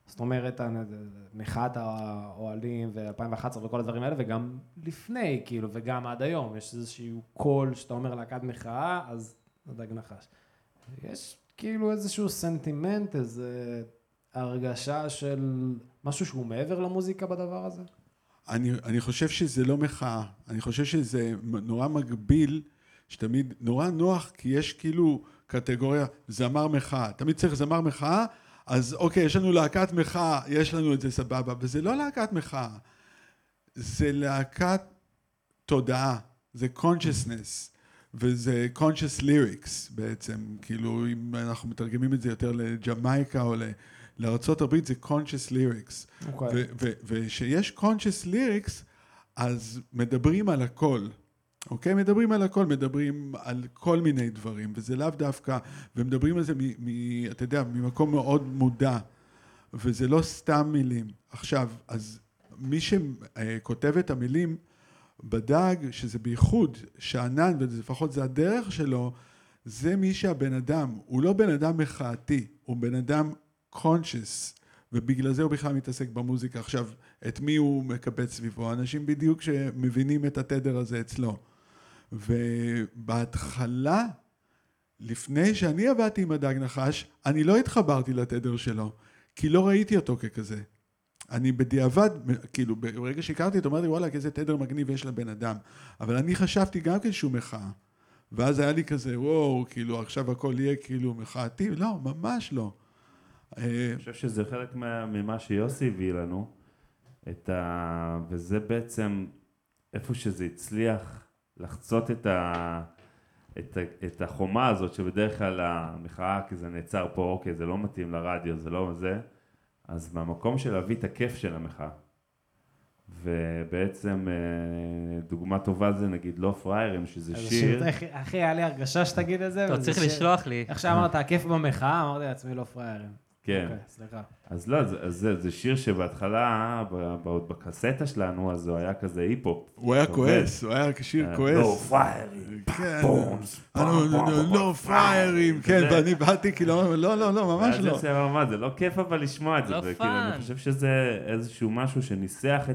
זאת אומרת, מחאת האוהלים ו-2011 וכל הדברים האלה, וגם לפני, כאילו, וגם עד היום, יש איזשהו קול שאתה אומר להקת מחאה, אז הדג נחש. יש כאילו איזשהו סנטימנט, איזו הרגשה של משהו שהוא מעבר למוזיקה בדבר הזה? אני חושב שזה לא מחאה, אני חושב שזה נורא מגביל, שתמיד נורא נוח, כי יש כאילו קטגוריה זמר מחאה, תמיד צריך זמר מחאה, אז אוקיי, יש לנו להקת מחאה, יש לנו את זה סבבה, וזה לא להקת מחאה, זה להקת תודעה, זה consciousness, וזה conscious lyrics בעצם, כאילו אם אנחנו מתרגמים את זה יותר לג'מייקה או לארצות הברית, זה conscious lyrics. ושיש conscious lyrics, אז מדברים על הכל. אוקיי? מדברים על הכל, מדברים על כל מיני דברים, וזה לאו דווקא, ומדברים על זה אתה יודע, ממקום מאוד מודע, וזה לא סתם מילים. עכשיו, אז מי שכותב את המילים בדג, שזה בייחוד, שענן, ולפחות זה הדרך שלו, זה מי שהבן אדם, הוא לא בן אדם מחאתי, הוא בן אדם conscious, ובגלל זה הוא בכלל מתעסק במוזיקה. עכשיו, את מי הוא מקבץ סביבו? אנשים בדיוק שמבינים את התדר הזה אצלו. ובהתחלה, לפני שאני עבדתי עם הדג נחש, אני לא התחברתי לתדר שלו, כי לא ראיתי אותו ככזה. אני בדיעבד, כאילו, ברגע שהכרתי אותו, אמרתי, וואלה, איזה תדר מגניב יש לבן אדם. אבל אני חשבתי גם כשהוא מחאה. ואז היה לי כזה, וואו, כאילו, עכשיו הכל יהיה כאילו מחאתי. לא, ממש לא. אני חושב שזה חלק ממה שיוסי הביא לנו, וזה בעצם איפה שזה הצליח לחצות את החומה הזאת, שבדרך כלל המחאה, כי זה נעצר פה, אוקיי, זה לא מתאים לרדיו, זה לא זה, אז מהמקום של להביא את הכיף של המחאה. ובעצם דוגמה טובה זה נגיד לא פריירים, שזה שיר. אחי, היה לי הרגשה שתגיד את זה. אתה צריך לשלוח לי. איך שאמרת, הכיף במחאה, אמרתי לעצמי לא פריירים. כן. אוקיי, סליחה. אז לא, זה שיר שבהתחלה, בקסטה שלנו, אז הוא היה כזה היפ-הופ. הוא היה כועס, הוא היה שיר כועס. לא פריירים, בומס, לא פריירים, כן, ואני באתי כאילו, לא, ממש לא. זה לא כיף אבל לשמוע את זה. לא פאן. אני חושב שזה איזשהו משהו שניסח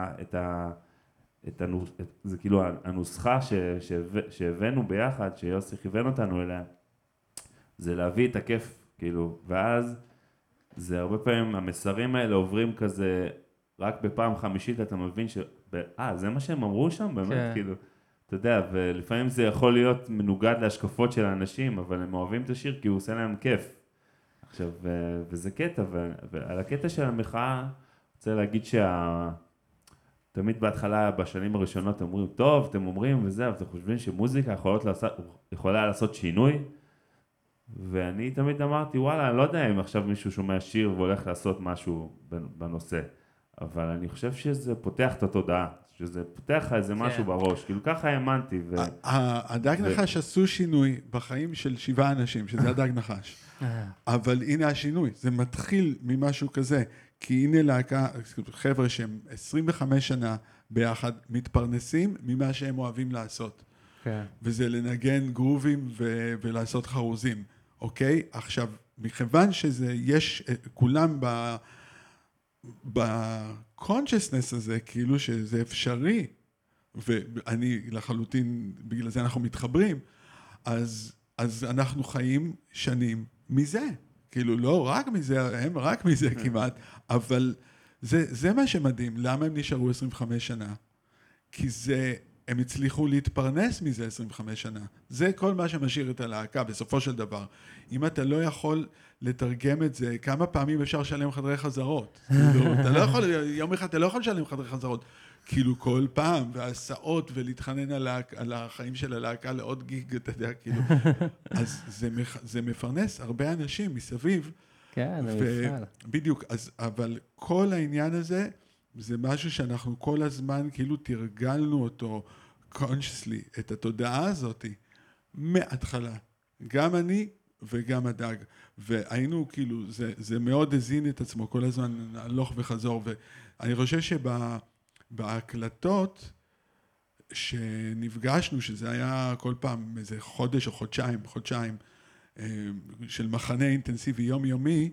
זה כאילו הנוסחה שהבאנו ביחד, שיוסי כיוון אותנו אליה, זה להביא את הכיף, כאילו, ואז זה הרבה פעמים, המסרים האלה עוברים כזה, רק בפעם חמישית אתה מבין זה מה שהם אמרו שם, באמת, כאילו, אתה יודע, ולפעמים זה יכול להיות מנוגד להשקפות של האנשים, אבל הם אוהבים את השיר כי הוא עושה להם כיף. עכשיו, וזה קטע, ועל הקטע של המחאה, רוצה להגיד תמיד בהתחלה, בשנים הראשונות, אומרים, טוב, אתם אומרים וזה, אבל אתם חושבים שמוזיקה יכולה לעשות שינוי? ואני תמיד אמרתי, וואלה, אני לא יודע אם עכשיו מישהו שומע שיר והולך לעשות משהו בנושא, אבל אני חושב שזה פותח את התודעה, שזה פותח איזה משהו בראש, כאילו ככה האמנתי. הדג נחש עשו שינוי בחיים של 7 אנשים, שזה הדג נחש. אבל הנה השינוי, זה מתחיל ממשהו כזה, כי הנה להקה, חבר'ה שהם 25 שנה ביחד, מתפרנסים ממה שהם אוהבים לעשות. וזה לנגן גרובים ולעשות חרוזים, אוקיי? עכשיו, מכיוון שזה, יש, כולם בקונשסנס הזה, כאילו שזה אפשרי, ואני לחלוטין, בגלל זה אנחנו מתחברים, אז אנחנו חיים שנים מזה. כאילו, לא רק מזה, הם רק מזה כמעט, אבל זה מה שמדהים. למה הם נשארו 25 שנה? כי הם הצליחו להתפרנס מזה 25 שנה. זה כל מה שמשאיר את הלהקה, בסופו של דבר. אם אתה לא יכול לתרגם את זה, כמה פעמים אפשר לשלם חדרי חזרות? אתה לא יכול, יום אחד אתה לא יכול לשלם חדרי חזרות. כאילו כל פעם, והסעות, ולהתחנן על החיים של הלהקה לעוד גיג, אתה יודע, כאילו. אז זה מפרנס הרבה אנשים מסביב. כן, זה בדיוק, אבל כל העניין הזה, זה משהו שאנחנו כל הזמן כאילו תרגלנו אותו consciously, את התודעה הזאת מההתחלה. גם אני וגם הדג. והיינו כאילו, זה מאוד הזין את עצמו כל הזמן הלוך וחזור. ואני חושב שבהקלטות שנפגשנו, שזה היה כל פעם איזה חודש או חודשיים, של מחנה אינטנסיבי יומיומי,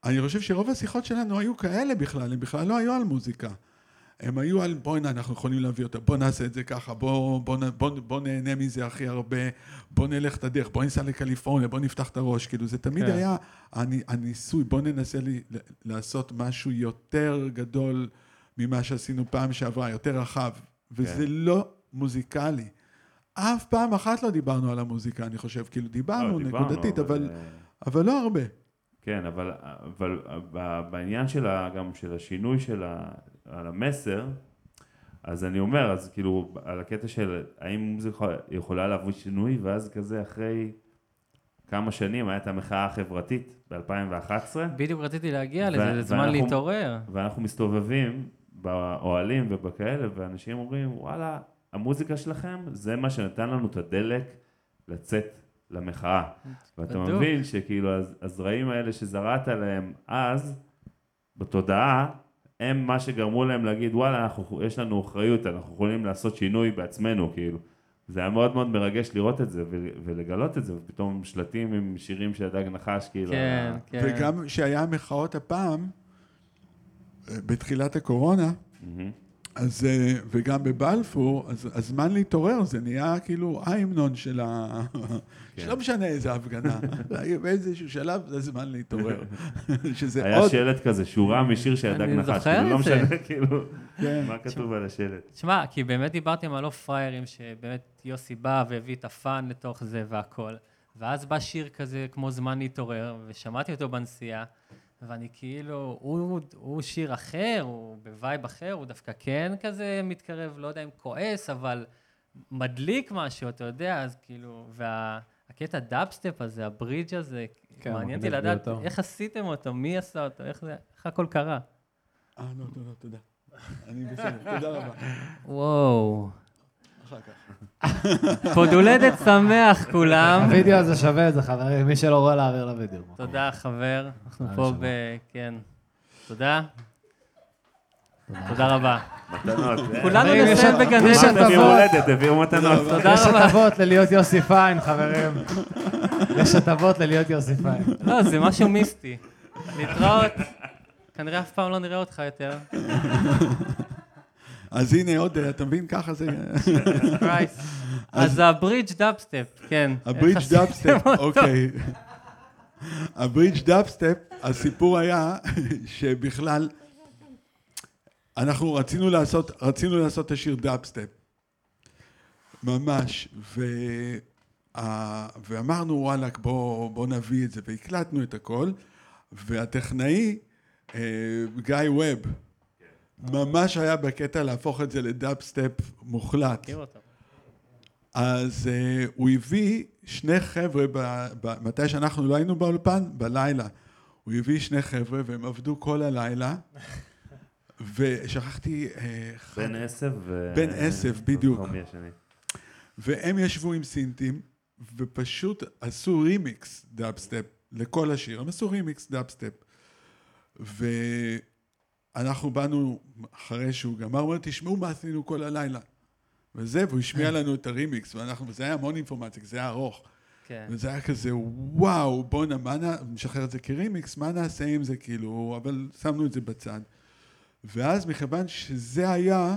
אני חושב שרוב השיחות שלנו היו כאלה בכלל, הם בכלל לא היו על מוזיקה. הם היו על, בואי אנחנו יכולים להביא אותה, בוא נעשה את זה ככה, בוא נהנה מזה הכי הרבה, בוא נלך את הדרך, בוא ניסע לקליפורניה, בוא נפתח את הראש, כאילו זה תמיד היה הניסוי, בוא ננסה לעשות משהו יותר גדול ממה שעשינו פעם שעברה, יותר רחב, וזה לא מוזיקלי. אף פעם אחת לא דיברנו על המוזיקה, אני חושב, כאילו דיברנו נקודתית, אבל לא הרבה. כן, אבל בעניין גם של השינוי על המסר, אז אני אומר, אז כאילו, על הקטע של האם מוזיקה יכולה להביא שינוי, ואז כזה אחרי כמה שנים הייתה המחאה החברתית ב-2011. בדיוק רציתי להגיע לזה, זה זמן להתעורר. ואנחנו מסתובבים באוהלים ובכאלה, ואנשים אומרים, וואלה, המוזיקה שלכם זה מה שנתן לנו את הדלק לצאת למחאה. ואתה מבין שכאילו הזרעים האלה שזרעת עליהם אז, בתודעה, הם מה שגרמו להם להגיד, וואלה, יש לנו אחריות, אנחנו יכולים לעשות שינוי בעצמנו, כאילו. זה היה מאוד מאוד מרגש לראות את זה ולגלות את זה, ופתאום שלטים עם שירים של דג נחש, כאילו. כן, כן. וגם שהיה מחאות הפעם, בתחילת הקורונה, אז, וגם בבלפור, אז הזמן להתעורר, זה נהיה כאילו ההמנון של שלא משנה איזה הפגנה, באיזשהו שלב זה זמן להתעורר. היה שלט כזה, שורה משיר של דג נחש, לא משנה כאילו מה כתוב על השלט. תשמע, כי באמת דיברתם על לא פריירים, שבאמת יוסי בא והביא את הפן לתוך זה והכל, ואז בא שיר כזה כמו זמן להתעורר, ושמעתי אותו בנסיעה, ואני כאילו, הוא שיר אחר, הוא בווייב אחר, הוא דווקא כן כזה מתקרב, לא יודע אם כועס, אבל מדליק משהו, אתה יודע, אז כאילו, והקטע דאפסטפ הזה, הברידג' הזה, מעניין אותי לדעת איך עשיתם אותו, מי עשה אותו, איך הכל קרה. לא, תודה. אני בסדר, תודה רבה. וואו. אחר כך. חוד הולדת שמח כולם. הווידאו הזה שווה את זה, חברים. מי שלא רואה להעביר לווידאו. תודה, חבר. אנחנו פה כן. תודה. תודה רבה. מתנות. כולנו נסיים בגן יש עדן. הביאו הולדת, הביאו מתנות. תודה יש רבה. הטבות ללהיות יוסי פיין, חברים. יש הטבות ללהיות יוסי פיין. לא, זה משהו מיסטי. להתראות. כנראה אף פעם לא נראה אותך יותר. אז הנה עוד, אתה מבין, ככה זה... אז הברידג' דאפסטפ, כן. הברידג' דאפסטפ, אוקיי. הברידג' דאפסטפ, הסיפור היה שבכלל, אנחנו רצינו לעשות את השיר דאפסטפ. ממש. ואמרנו, וואלק, בוא נביא את זה, והקלטנו את הכל, והטכנאי, גיא ווב, ממש היה בקטע להפוך את זה לדאפסטפ מוחלט. אז הוא הביא שני חבר'ה, מתי שאנחנו לא היינו באולפן, בלילה. הוא הביא שני חבר'ה והם עבדו כל הלילה, ושכחתי... בן עשב בן עשב, בדיוק. והם ישבו עם סינטים, ופשוט עשו רימיקס דאפסטפ לכל השיר. הם עשו רימיקס דאפסטפ. אנחנו באנו אחרי שהוא גמר, הוא אומר, תשמעו מה עשינו כל הלילה. והוא השמיע לנו את הרימיקס, וזה היה המון אינפורמציה, זה היה ארוך. וזה היה כזה, וואו, בוא נשחרר את זה כרימיקס, מה נעשה עם זה, כאילו, אבל שמנו את זה בצד. ואז מכיוון שזה היה,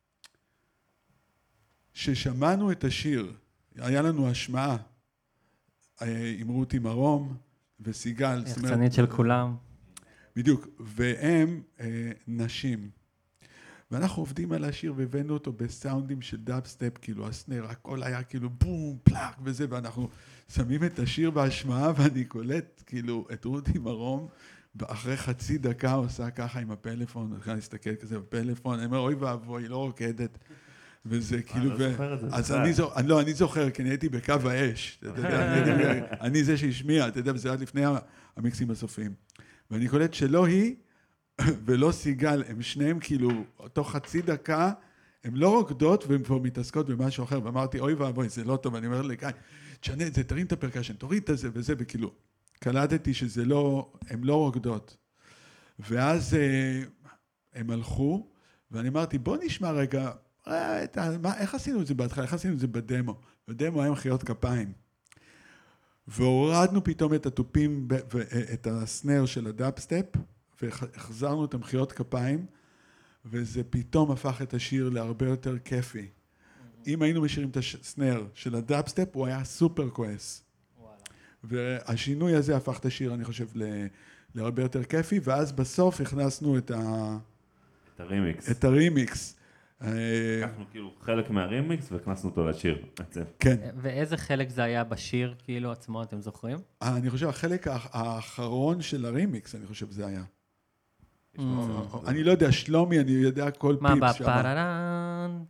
ששמענו את השיר, היה לנו השמעה, עם רותי מרום וסיגל. יחצנית של כולם. בדיוק, והם נשים. ואנחנו עובדים על השיר והבאנו אותו בסאונדים של דאפסטפ, כאילו הסנר, הכל היה כאילו בום, פלאק וזה, ואנחנו שמים את השיר בהשמעה, ואני קולט כאילו את רותי מרום, ואחרי חצי דקה עושה ככה עם הפלאפון, אני יכולה להסתכל כזה בפלאפון, אני אומר, אוי ואבוי, היא לא רוקדת. וזה כאילו, אז אני זוכר, כי אני הייתי בקו האש, אני זה שהשמיע, אתה יודע, וזה עד לפני המיקסים הסופיים. ואני קולט שלא היא ולא סיגל, הם שניהם כאילו, תוך חצי דקה, הם לא רוקדות והם כבר מתעסקות במשהו אחר, ואמרתי, אוי ואבוי, זה לא טוב, אני אומר לגיא, תשנה את זה, תרים את הפרקשן, תוריד את זה וזה, וכאילו, קלטתי שזה לא, הם לא רוקדות. ואז הם הלכו, ואני אמרתי, בוא נשמע רגע, איך עשינו את זה בהתחלה, איך עשינו את זה בדמו? בדמו היה מחיאות כפיים. והורדנו פתאום את התופים ואת הסנר של הדאפסטפ, והחזרנו את המחיאות כפיים, וזה פתאום הפך את השיר להרבה יותר כיפי. אם היינו משאירים את הסנר של הדאפסטפ, הוא היה סופר כועס. והשינוי הזה הפך את השיר, אני חושב, להרבה יותר כיפי, ואז בסוף הכנסנו את הרימיקס. את הרימיקס. לקחנו כאילו חלק מהרימיקס והכנסנו אותו לשיר. כן. ואיזה חלק זה היה בשיר, כאילו עצמו, אתם זוכרים? אני חושב, החלק האחרון של הרימיקס, אני חושב זה היה. אני לא יודע, שלומי, אני יודע כל פיפס. מה, בפררן,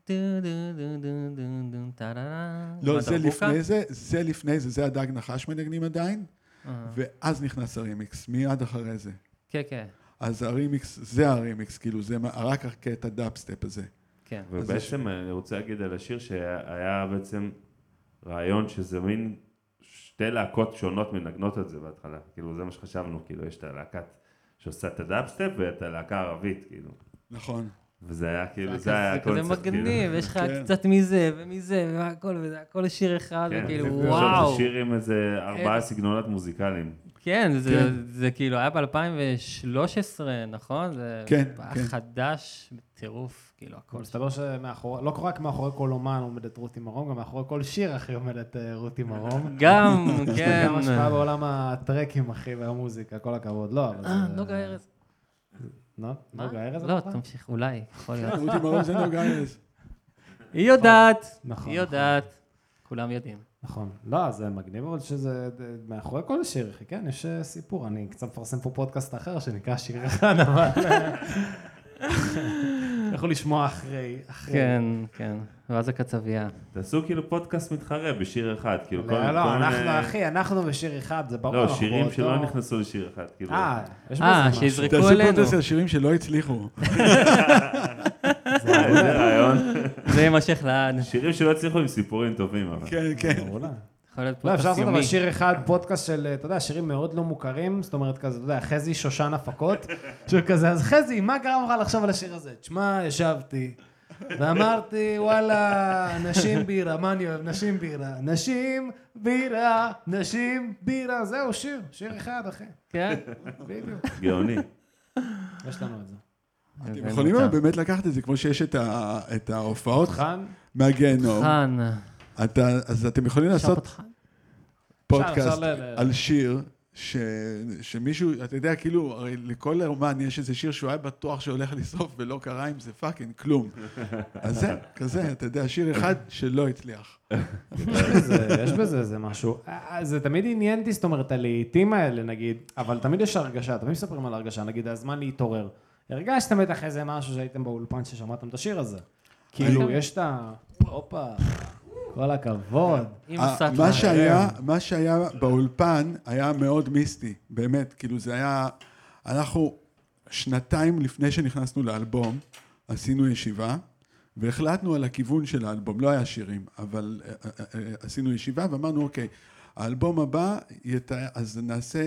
טררן, לא, זה לפני זה, זה הדג נחש מנגנים עדיין, ואז נכנס הרימיקס, מיד אחרי זה. כן, כן. אז הרימיקס, זה הרימיקס, כאילו, זה רק הקטע הדאפסטפ הזה. כן. ובעצם אני רוצה להגיד על השיר שהיה בעצם רעיון שזה מין שתי להקות שונות מנגנות את זה בהתחלה. כאילו, זה מה שחשבנו, כאילו, יש את הלהקת שעושה את הדאפסטפ ואת הלהקה הערבית, כאילו. נכון. וזה היה כאילו, זה היה הקונספט. זה כזה מגניב, יש לך קצת מזה ומזה והכל, וזה הכל שיר אחד, וכאילו וואו. זה שיר עם איזה 4 סגנונות מוזיקליים. כן, זה כאילו היה ב-2013, נכון? זה היה חדש בטירוף, כאילו הכל. מסתבר שלא רק מאחורי כל אומן עומדת רותי מרום, גם מאחורי כל שיר אחי עומדת רותי מרום. גם, כן. גם השפעה בעולם הטרקים אחי והמוזיקה, כל הכבוד. לא, אבל זה... נוגה ארז. נוגה ארז? לא, תמשיך, אולי, יכול להיות. רותי מרום זה נוגה ארז. היא יודעת, היא יודעת. כולם יודעים. נכון. לא, זה מגניב, אבל שזה מאחורי כל שיר, אחי, כן, יש סיפור. אני קצת מפרסם פה פודקאסט אחר שנקרא שיר אחד, אבל... יכול לשמוע אחרי. כן, כן. ואז הקצבייה. תעשו כאילו פודקאסט מתחרה בשיר אחד. לא, אנחנו, אחי, אנחנו בשיר אחד, זה ברור. לא, שירים שלא נכנסו לשיר אחד. יש בזה משהו. שיזרקו אלינו. תעשו פודקאסט על שירים שלא הצליחו. זה רעיון. זה יימשך לעד. שירים שלא הצליחו עם סיפורים טובים. כן, כן. לא, אפשר לעשות אבל שיר אחד, פודקאסט של, אתה יודע, שירים מאוד לא מוכרים, זאת אומרת כזה, אתה יודע, חזי שושן הפקות, שכזה, אז חזי, מה גרם לך לחשוב על השיר הזה? תשמע, ישבתי, ואמרתי, וואלה, נשים בירה, מה אני אוהב? נשים בירה, נשים בירה, נשים בירה, זהו, שיר אחד, אחי. כן? בדיוק. גאוני. יש לנו את זה. אתם יכולים באמת לקחת את זה, כמו שיש את ההופעות מהגיהנום. חן. אז אתם יכולים לעשות פודקאסט על שיר שמישהו, אתה יודע, כאילו, הרי לכל אומן יש איזה שיר שהוא היה בטוח שהולך לשרוף ולא קרה עם זה פאקינג כלום. אז זה, כזה, אתה יודע, שיר אחד שלא הצליח. יש בזה איזה משהו. זה תמיד עניינתי, זאת אומרת, הלעיתים האלה, נגיד, אבל תמיד יש הרגשה, תמיד מספרים על הרגשה, נגיד, הזמן להתעורר. הרגשתם בטח איזה משהו שהייתם באולפן ששמעתם את השיר הזה. כאילו, יש את ה... הופה, כל הכבוד. מה שהיה באולפן היה מאוד מיסטי, באמת, כאילו זה היה... אנחנו 2 לפני שנכנסנו לאלבום, עשינו ישיבה, והחלטנו על הכיוון של האלבום, לא היה שירים, אבל עשינו ישיבה ואמרנו, אוקיי, האלבום הבא, אז נעשה...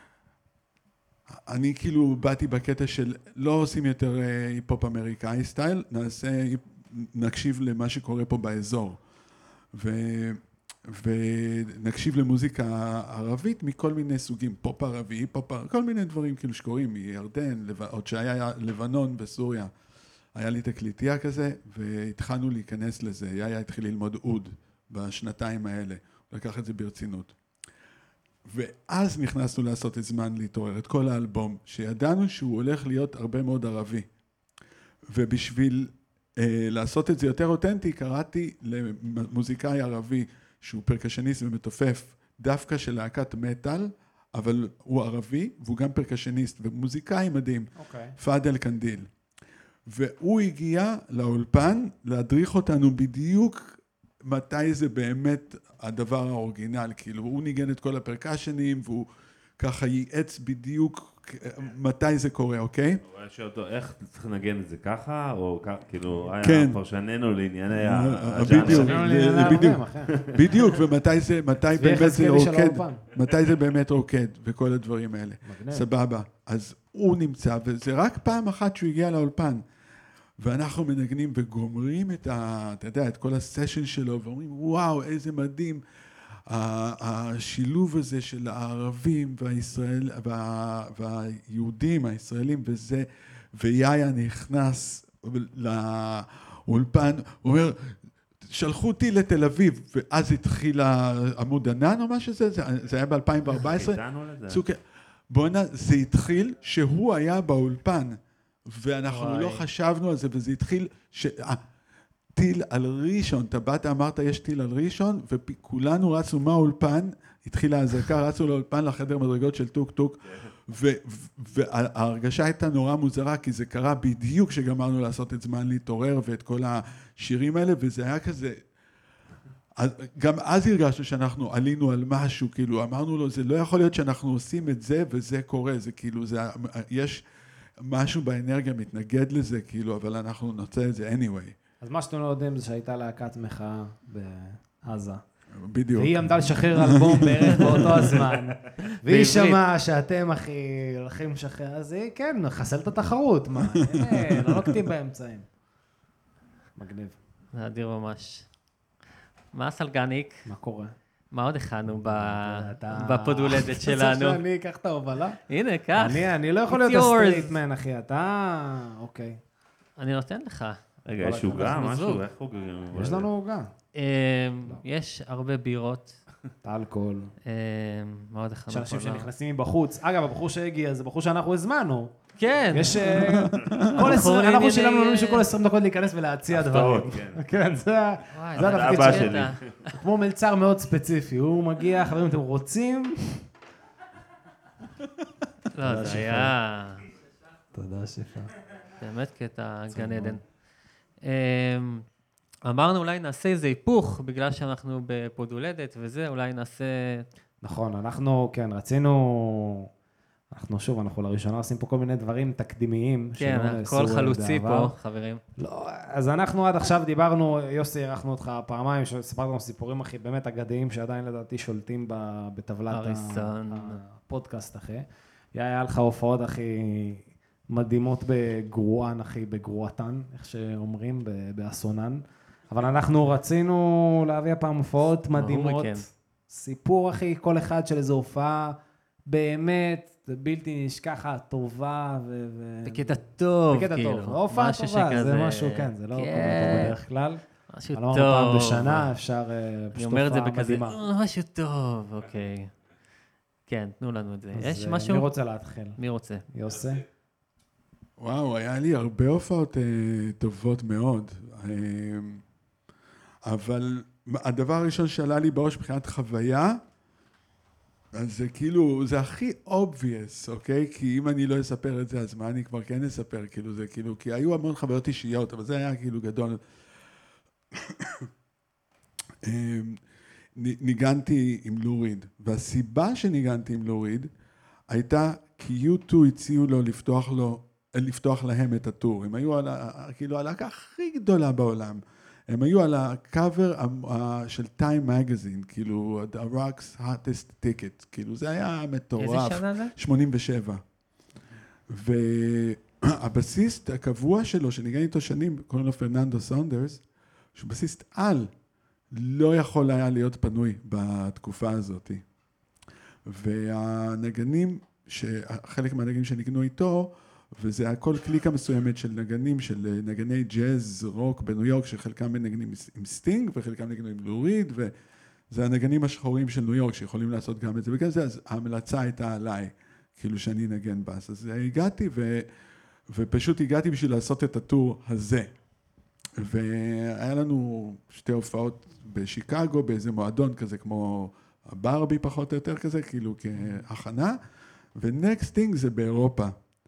אני כאילו באתי בקטע של לא עושים יותר היפ-הופ אמריקאי סטייל, נקשיב למה שקורה פה באזור. ונקשיב למוזיקה ערבית מכל מיני סוגים, פופ ערבי, היפ-הופ, כל מיני דברים כאילו שקורים, מירדן, עוד שהיה לבנון בסוריה. היה לי תקליטייה כזה, והתחלנו להיכנס לזה. יאיה התחיל ללמוד אוד בשנתיים האלה, לקח את זה ברצינות. ואז נכנסנו לעשות את זמן להתעורר, את כל האלבום, שידענו שהוא הולך להיות הרבה מאוד ערבי. ובשביל לעשות את זה יותר אותנטי, קראתי למוזיקאי ערבי, שהוא פרקשניסט ומתופף, דווקא של להקת מטל, אבל הוא ערבי, והוא גם פרקשניסט, ומוזיקאי מדהים, פאדל קנדיל. והוא הגיע לאולפן, להדריך אותנו בדיוק מתי זה באמת הדבר האורגינל, כאילו הוא ניגן את כל הפרקשנים, והוא ככה ייעץ בדיוק מתי זה קורה, אוקיי? הוא היה שואל אותו, איך צריך לנגן את זה ככה, או כאילו היה פרשננו לענייני בדיוק, ומתי באמת זה רוקד, מתי זה באמת רוקד, וכל הדברים האלה. סבבה. אז הוא נמצא, וזה רק פעם אחת שהוא הגיע לאולפן, ואנחנו מנגנים וגומרים אתה יודע, את כל הסשן שלו, ואומרים, וואו, איזה מדהים, השילוב הזה של הערבים והיהודים, הישראלים, וזה, ויאיה נכנס לאולפן, הוא אומר, שלחו אותי לתל אביב, ואז התחיל עמוד ענן או משהו זה היה ב-2014. בוא'נה, זה התחיל שהוא היה באולפן, ואנחנו לא חשבנו על זה, וזה התחיל טיל על ראשון, אתה באת, אמרת, יש טיל על ראשון, וכולנו רצנו מהאולפן, התחילה ההזרקה, רצנו לאולפן לחדר מדרגות של טוק טוק, וההרגשה הייתה נורא מוזרה, כי זה קרה בדיוק כשגמרנו לעשות את זמן להתעורר, ואת כל השירים האלה, וזה היה כזה, גם אז הרגשנו שאנחנו עלינו על משהו, כאילו, אמרנו לו, זה לא יכול להיות שאנחנו עושים את זה, וזה קורה, זה כאילו, יש משהו באנרגיה מתנגד לזה, כאילו, אבל אנחנו נוצא את זה anyway. אז מה שאתם לא יודעים זה שהייתה להקת מחאה בעזה. בדיוק. והיא עמדה לשחרר אלבום בערך באותו הזמן. והיא שמעה שאתם הכי הולכים לשחרר, אז היא כן, חסל את התחרות. מה? לא נוקטים באמצעים. מגניב. זה אדיר ממש. מה סלגניק? מה קורה? מה עוד הכנו בפוד הולדת שלנו? אתה צריך שאני אקח את ההובלה? הנה, קח. אני לא יכול להיות הסטריטמן, אחי. אתה... אוקיי. אני נותן לך. רגע, יש עוגה, משהו? איך חוגגים? יש לנו עוגה. יש הרבה בירות. אלכוהול. מה עוד הכנו? יש אנשים שנכנסים מבחוץ. אגב, הבחור שהגיע, זה בחור שאנחנו הזמנו. כן. יש... אנחנו שילמנו למישהו כל 20 דקות להיכנס ולהציע דברים. כן, זה התפקיד שלי. כמו מלצר מאוד ספציפי. הוא מגיע, חברים, אתם רוצים? לא, זה היה... תודה, שפע. באמת קטע גן עדן. אמרנו אולי נעשה איזה היפוך, בגלל שאנחנו בפוד הולדת וזה, אולי נעשה... נכון, אנחנו, כן, רצינו... אנחנו לראשונה עושים פה כל מיני דברים תקדימיים. כן, הכל חלוצי פה, חברים. לא, אז אנחנו עד עכשיו דיברנו, יוסי, ערכנו אותך פעמיים, שסיפרת לנו סיפורים הכי באמת אגדיים, שעדיין לדעתי שולטים בטבלת הפודקאסט, אחי. היה לך הופעות הכי מדהימות בגרוען, אחי, בגרועתן, איך שאומרים, באסונן. אבל אנחנו רצינו להביא הפעם הופעות מדהימות. סיפור, אחי, כל אחד של איזו הופעה באמת, זה בלתי נשכחה, טובה בקטע טוב, בקטע טוב. הופעה טובה, זה משהו, כן, זה לא קורה פה בדרך כלל. משהו טוב. אמרנו פעם בשנה, אפשר פשוט הופעה מדהימה. משהו טוב, אוקיי. כן, תנו לנו את זה. יש משהו? מי רוצה להתחיל? מי רוצה? יוסי? וואו, היה לי הרבה הופעות טובות מאוד. אבל הדבר הראשון שעלה לי בראש מבחינת חוויה, אז זה כאילו, זה הכי obvious, אוקיי? כי אם אני לא אספר את זה, אז מה אני כבר כן אספר? כאילו, זה כאילו, כי היו המון חוויות אישיות, אבל זה היה כאילו גדול. ניגנתי עם לוריד, והסיבה שניגנתי עם לוריד, הייתה כי U2 הציעו לו לפתוח להם את הטור. הם היו כאילו הלהקה הכי גדולה בעולם. הם היו על הקאבר של Time Magazine, כאילו, The Rock's Hottest Ticket, כאילו, זה היה מטורף. איזה שנה זה? 87. והבסיסט הקבוע שלו, שניגן איתו שנים, קוראים לו פרננדו סונדרס, שהוא בסיסט על, לא יכול היה להיות פנוי בתקופה הזאת. והנגנים, חלק מהנגנים שניגנו איתו, וזה הכל קליקה מסוימת של נגני ג'אז, רוק בניו יורק, שחלקם מנגנים עם סטינג, וחלקם נגנים עם לוריד, וזה הנגנים השחורים של ניו יורק, שיכולים לעשות גם את זה, וכן זה, אז ההמלצה הייתה עליי, כאילו שאני נגן בס. אז הגעתי, ופשוט הגעתי בשביל לעשות את הטור הזה. והיה לנו שתי הופעות בשיקגו, באיזה מועדון כזה, כמו הברבי פחות או יותר כזה, כאילו כהכנה, ונקסט טינג זה באירופה.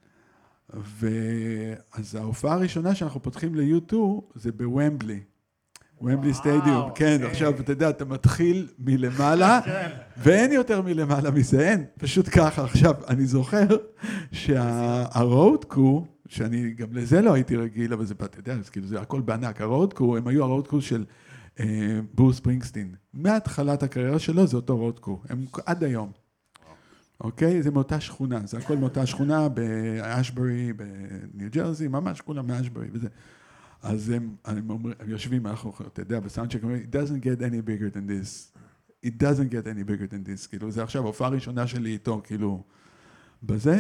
ואז ההופעה הראשונה שאנחנו פותחים ל-U2 זה בוומבלי. וומבלי סטדיום, כן, עכשיו אתה יודע, אתה מתחיל מלמעלה, ואין יותר מלמעלה מזה, אין, פשוט ככה. עכשיו, אני זוכר שהרוד קרו, שאני גם לזה לא הייתי רגיל, אבל זה, אתה יודע, כאילו זה הכל בענק, הרוד קרו, הם היו הרוד קרו של ברוס ספרינגסטין. מהתחלת הקריירה שלו זה אותו רוד קרו, הם עד היום. אוקיי? זה מאותה שכונה, זה הכל מאותה שכונה באשברי, בניו ג'רזי, ממש כולם מאשברי וזה. אז הם יושבים, אנחנו, אתה יודע, בסאונדצ'ק, it doesn't get any bigger than this. it doesn't get any bigger than this, כאילו, זה עכשיו ההופעה הראשונה שלי איתו, כאילו, בזה,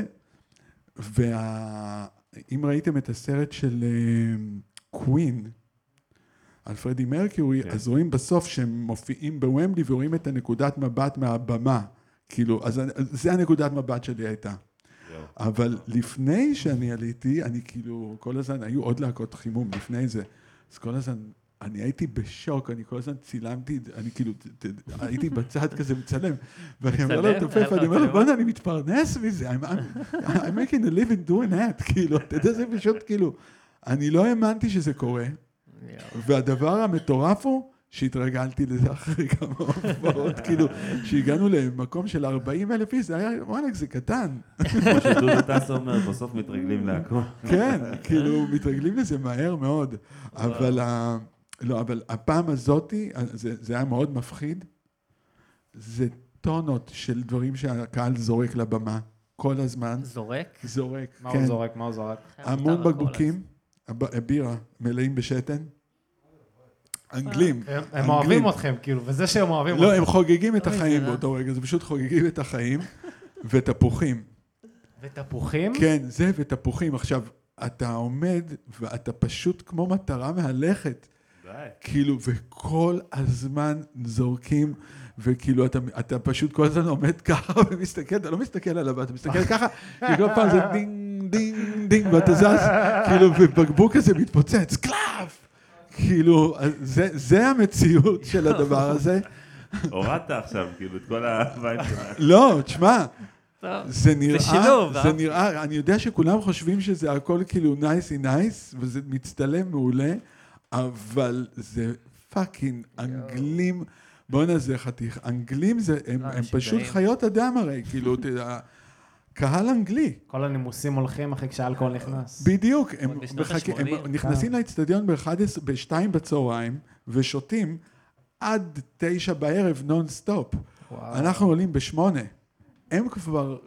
אם ראיתם את הסרט של קווין, על פרדי מרקיורי, אז רואים בסוף שהם מופיעים בוומבלי, ורואים את הנקודת מבט מהבמה, כאילו, אז זה הנקודת מבט שלי הייתה. אבל לפני שאני עליתי, אני כאילו, כל הזמן, היו עוד להקות חימום לפני זה, אז כל הזמן, אני הייתי בשוק, אני כל הזמן צילמתי, אני כאילו, הייתי בצד כזה מצלם, ואני אומר לו, תופף, אני אומר לו, בוא'נה, אני מתפרנס מזה, I'm making a living doing that, כאילו, אתה יודע, זה פשוט, כאילו, אני לא האמנתי שזה קורה, והדבר המטורף הוא, שהתרגלתי לזה אחרי כמה הופעות, כאילו, שהגענו למקום של 40,000 איש, זה היה, וואלק, זה קטן. כמו שדודו טס אומר, בסוף מתרגלים להכל. כן, כאילו, מתרגלים לזה מהר מאוד, אבל הפעם הזאת, זה היה מאוד מפחיד, זה טונות של דברים שהקהל זורק לבמה, כל הזמן. זורק? זורק, כן. מה הוא זורק? מה הוא זורק? המון בקבוקים, בירה, מלאים בשתן. אנגלים. הם אוהבים אתכם, כאילו, וזה שהם אוהבים אתכם. לא, הם חוגגים את החיים באותו רגע, זה פשוט חוגגים את החיים, ותפוחים. ותפוחים? כן, זה ותפוחים. עכשיו, אתה עומד, ואתה פשוט כמו מטרה מהלכת. כאילו, וכל הזמן זורקים, וכאילו, אתה פשוט כל הזמן עומד ככה, ומסתכל, אתה לא מסתכל עליו, אתה מסתכל ככה, כי כל פעם זה דינג, דינג, דינג, ואתה זז, כאילו, ובקבוק הזה מתפוצץ, קלף! כאילו, זה המציאות של הדבר הזה. הורדת עכשיו, כאילו, את כל הבית שלך. לא, תשמע, זה שילוב, נראה, אני יודע שכולם חושבים שזה הכל כאילו נייס, וזה מצטלם מעולה, אבל זה פאקינג אנגלים, בוא נעשה חתיך, אנגלים הם פשוט חיות אדם הרי, כאילו, קהל אנגלי. כל הנימוסים הולכים אחרי כשהאלכוהול נכנס. בדיוק, הם נכנסים לאצטדיון ב-2 בצהריים, ושותים עד 9 בערב נון סטופ. אנחנו עולים ב8. הם כבר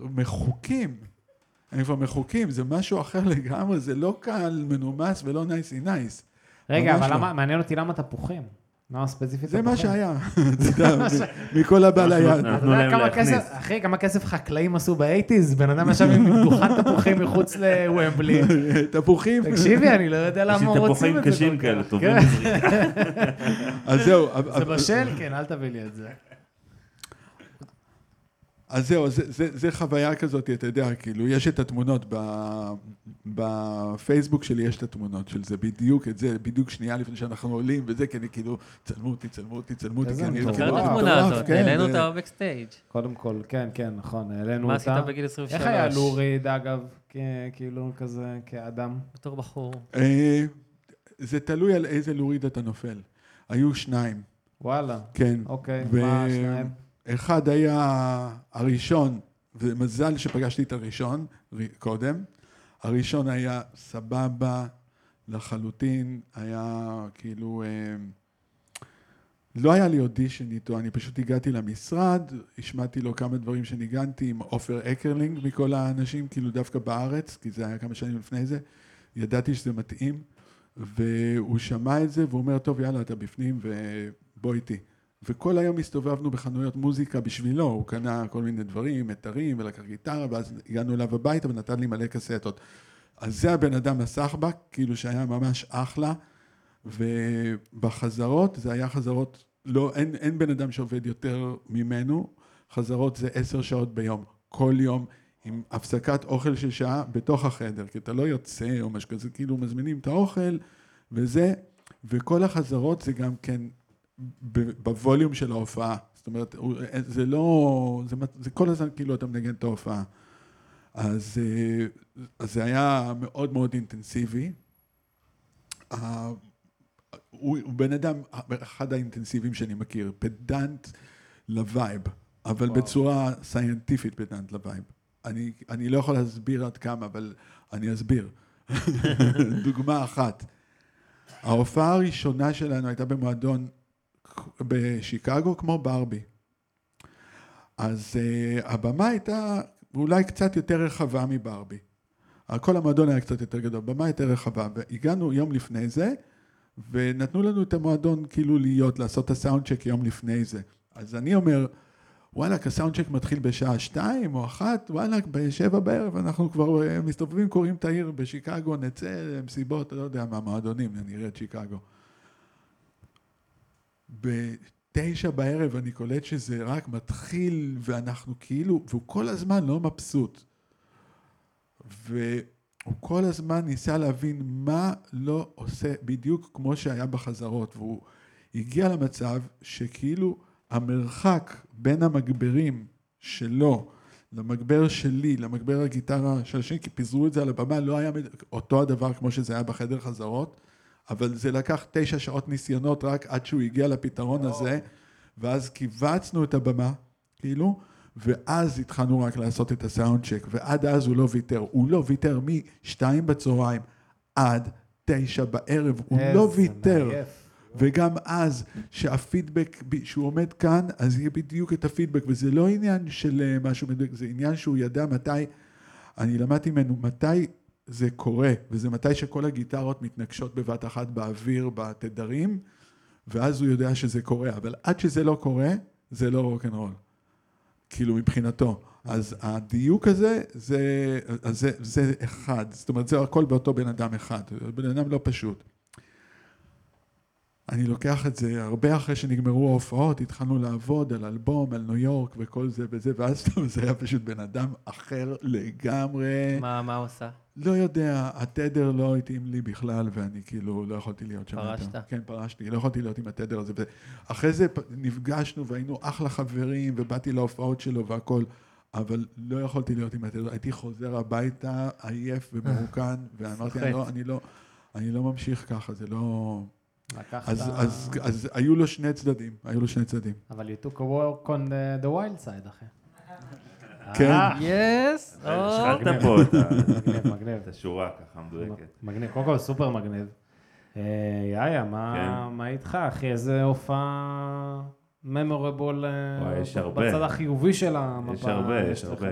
מחוקים, זה משהו אחר לגמרי, זה לא קהל מנומס ולא נייס. רגע, אבל מעניין אותי למה תפוחים. מה ספציפית? זה מה שהיה, מכל הבא ליד. אחי, כמה כסף חקלאים עשו ב-80s, בן אדם ישב עם דוכן תפוחים מחוץ לוומבלי. תפוחים. תקשיבי, אני לא יודע למה רוצים את זה. תפוחים קשים כאלה, טובים בזריקה. אז זהו. זה בשל, כן, אל תביא לי את זה. אז זהו, זה חוויה כזאת, אתה יודע, כאילו, יש את התמונות, בפייסבוק שלי יש את התמונות של זה, בדיוק שנייה לפני שאנחנו עולים, וזה, כי אני כאילו, צלמו אותי, כי אני זוכר את התמונה הזאת, העלינו אותה בבקסטייג'. קודם כל, כן, נכון, העלינו אותה. מה עשית בגיל 23? איך היה להוריד, אגב, כאילו כזה, כאדם? בתור בחור. זה תלוי על איזה להוריד אתה נופל. היו 2. וואלה. כן. אוקיי, מה 2? אחד היה הראשון, ומזל שפגשתי את הראשון קודם. הראשון היה סבבה לחלוטין, היה כאילו, לא היה לי אודישן איתו, אני פשוט הגעתי למשרד, השמעתי לו כמה דברים שניגנתי עם עופר אקרלינג מכל האנשים, כאילו דווקא בארץ, כי זה היה כמה שנים לפני זה, ידעתי שזה מתאים, והוא שמע את זה, והוא אומר, טוב, יאללה, אתה בפנים ובוא איתי. וכל היום הסתובבנו בחנויות מוזיקה בשבילו, הוא קנה כל מיני דברים, מטרים, ולקח גיטרה, ואז הגענו אליו הביתה ונתן לי מלא קסטות. אז זה הבן אדם הסחבק, כאילו שהיה ממש אחלה, ובחזרות, זה היה חזרות, לא, אין בן אדם שעובד יותר ממנו, חזרות זה 10 שעות ביום, כל יום, עם הפסקת אוכל של שעה בתוך החדר, כי אתה לא יוצא או משהו כזה, כאילו מזמינים את האוכל, וזה, וכל החזרות זה גם כן, בווליום של ההופעה, זאת אומרת, זה לא, זה כל הזמן כאילו אתה מנגן את ההופעה. אז זה היה מאוד מאוד אינטנסיבי. הוא בן אדם, אחד האינטנסיביים שאני מכיר, פדנט לווייב, אבל בצורה סיינטיפית פדנט לווייב. אני לא יכול להסביר עד כמה, אבל אני אסביר. דוגמה אחת. ההופעה הראשונה שלנו הייתה במועדון בשיקגו כמו ברבי. אז הבמה הייתה אולי קצת יותר רחבה מברבי. כל המועדון היה קצת יותר גדול, הבמה יותר רחבה, והגענו יום לפני זה, ונתנו לנו את המועדון כאילו לעשות את הסאונד צ'ק יום לפני זה. אז אני אומר, וואלק, הסאונד צ'ק מתחיל בשעה 2 או 1, וואלק, ב7 בערב אנחנו כבר מסתובבים, קוראים את העיר בשיקגו, נצא למסיבות, לא יודע מה, מועדונים, נראה את שיקגו. ב9 בערב אני קולט שזה רק מתחיל, ואנחנו כאילו, והוא כל הזמן לא מבסוט. והוא כל הזמן ניסה להבין מה לא עושה בדיוק כמו שהיה בחזרות, והוא הגיע למצב שכאילו המרחק בין המגברים שלו למגבר שלי, למגבר הגיטרה של השני, כי פיזרו את זה על הבמה, לא היה אותו הדבר כמו שזה היה בחדר חזרות, אבל זה לקח 9 שעות ניסיונות רק עד שהוא הגיע לפתרון הזה, ואז קיבצנו את הבמה, כאילו, ואז התחלנו רק לעשות את הסאונד צ'ק, ועד אז הוא לא ויתר. הוא לא ויתר מ-2 בצהריים עד 9 בערב, הוא לא ויתר. וגם אז שהפידבק, שהוא עומד כאן, אז יהיה בדיוק את הפידבק, וזה לא עניין של משהו מדויק, זה עניין שהוא ידע מתי, אני למדתי ממנו, מתי זה קורה, וזה מתי שכל הגיטרות מתנגשות בבת אחת באוויר, בתדרים, ואז הוא יודע שזה קורה, אבל עד שזה לא קורה, זה לא רוק'נ'רול. כאילו מבחינתו. אז הדיוק הזה, זה אחד. זאת אומרת, זה הכל באותו בן אדם אחד. בן אדם לא פשוט. אני לוקח את זה הרבה אחרי שנגמרו ההופעות, התחלנו לעבוד על אלבום, על ניו יורק וכל זה וזה, ואז זה היה פשוט בן אדם אחר לגמרי. מה הוא עושה? לא יודע, התדר לא התאים לי בכלל, ואני כאילו לא יכולתי להיות שם. פרשת? כן, פרשתי, לא יכולתי להיות עם התדר הזה. אחרי זה נפגשנו והיינו אחלה חברים, ובאתי להופעות שלו והכל, אבל לא יכולתי להיות עם התדר. הייתי חוזר הביתה, עייף ומרוקן, ואמרתי, אני לא ממשיך ככה, זה לא... אז היו לו שני צדדים, אבל you took a walk on the wild side, אחי. כן. יס. השחלת פה את השורה ככה מדויקת. מגניב, קודם כל סופר מגניב. יאיה, מה איתך, אחי? איזה הופעה ממורבול בצד החיובי של המפה? יש הרבה.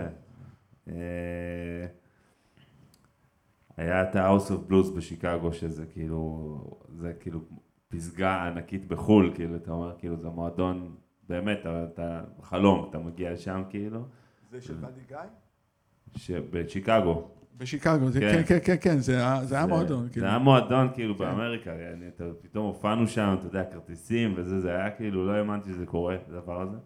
היה את ה-House of Blues בשיקגו, שזה כאילו, זה כאילו פסגה ענקית בחול, כאילו, אתה אומר, כאילו, זה מועדון, באמת, אתה חלום, אתה מגיע לשם, כאילו. זה של ואדי גיא? בשיקגו. בשיקגו, כן, זה היה מועדון. זה היה מועדון, כאילו, באמריקה, פתאום הופענו שם, אתה יודע, כרטיסים וזה, זה היה כאילו, לא האמנתי שזה קורה, הדבר הזה.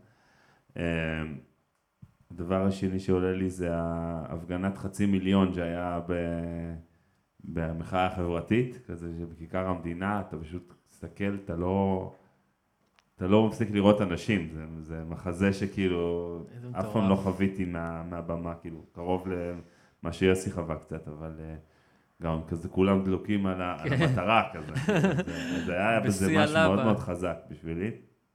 הדבר השני שעולה לי זה ההפגנת 500,000 שהיה במחאה החברתית, כזה שבכיכר המדינה, אתה פשוט מסתכל, אתה לא מפסיק לראות אנשים, זה מחזה שכאילו, אף פעם לא חוויתי מהבמה, כאילו, קרוב למה שיוסי חווה קצת, אבל גם כזה כולם דלוקים על המטרה כזה, זה היה בזה משהו מאוד מאוד חזק בשבילי.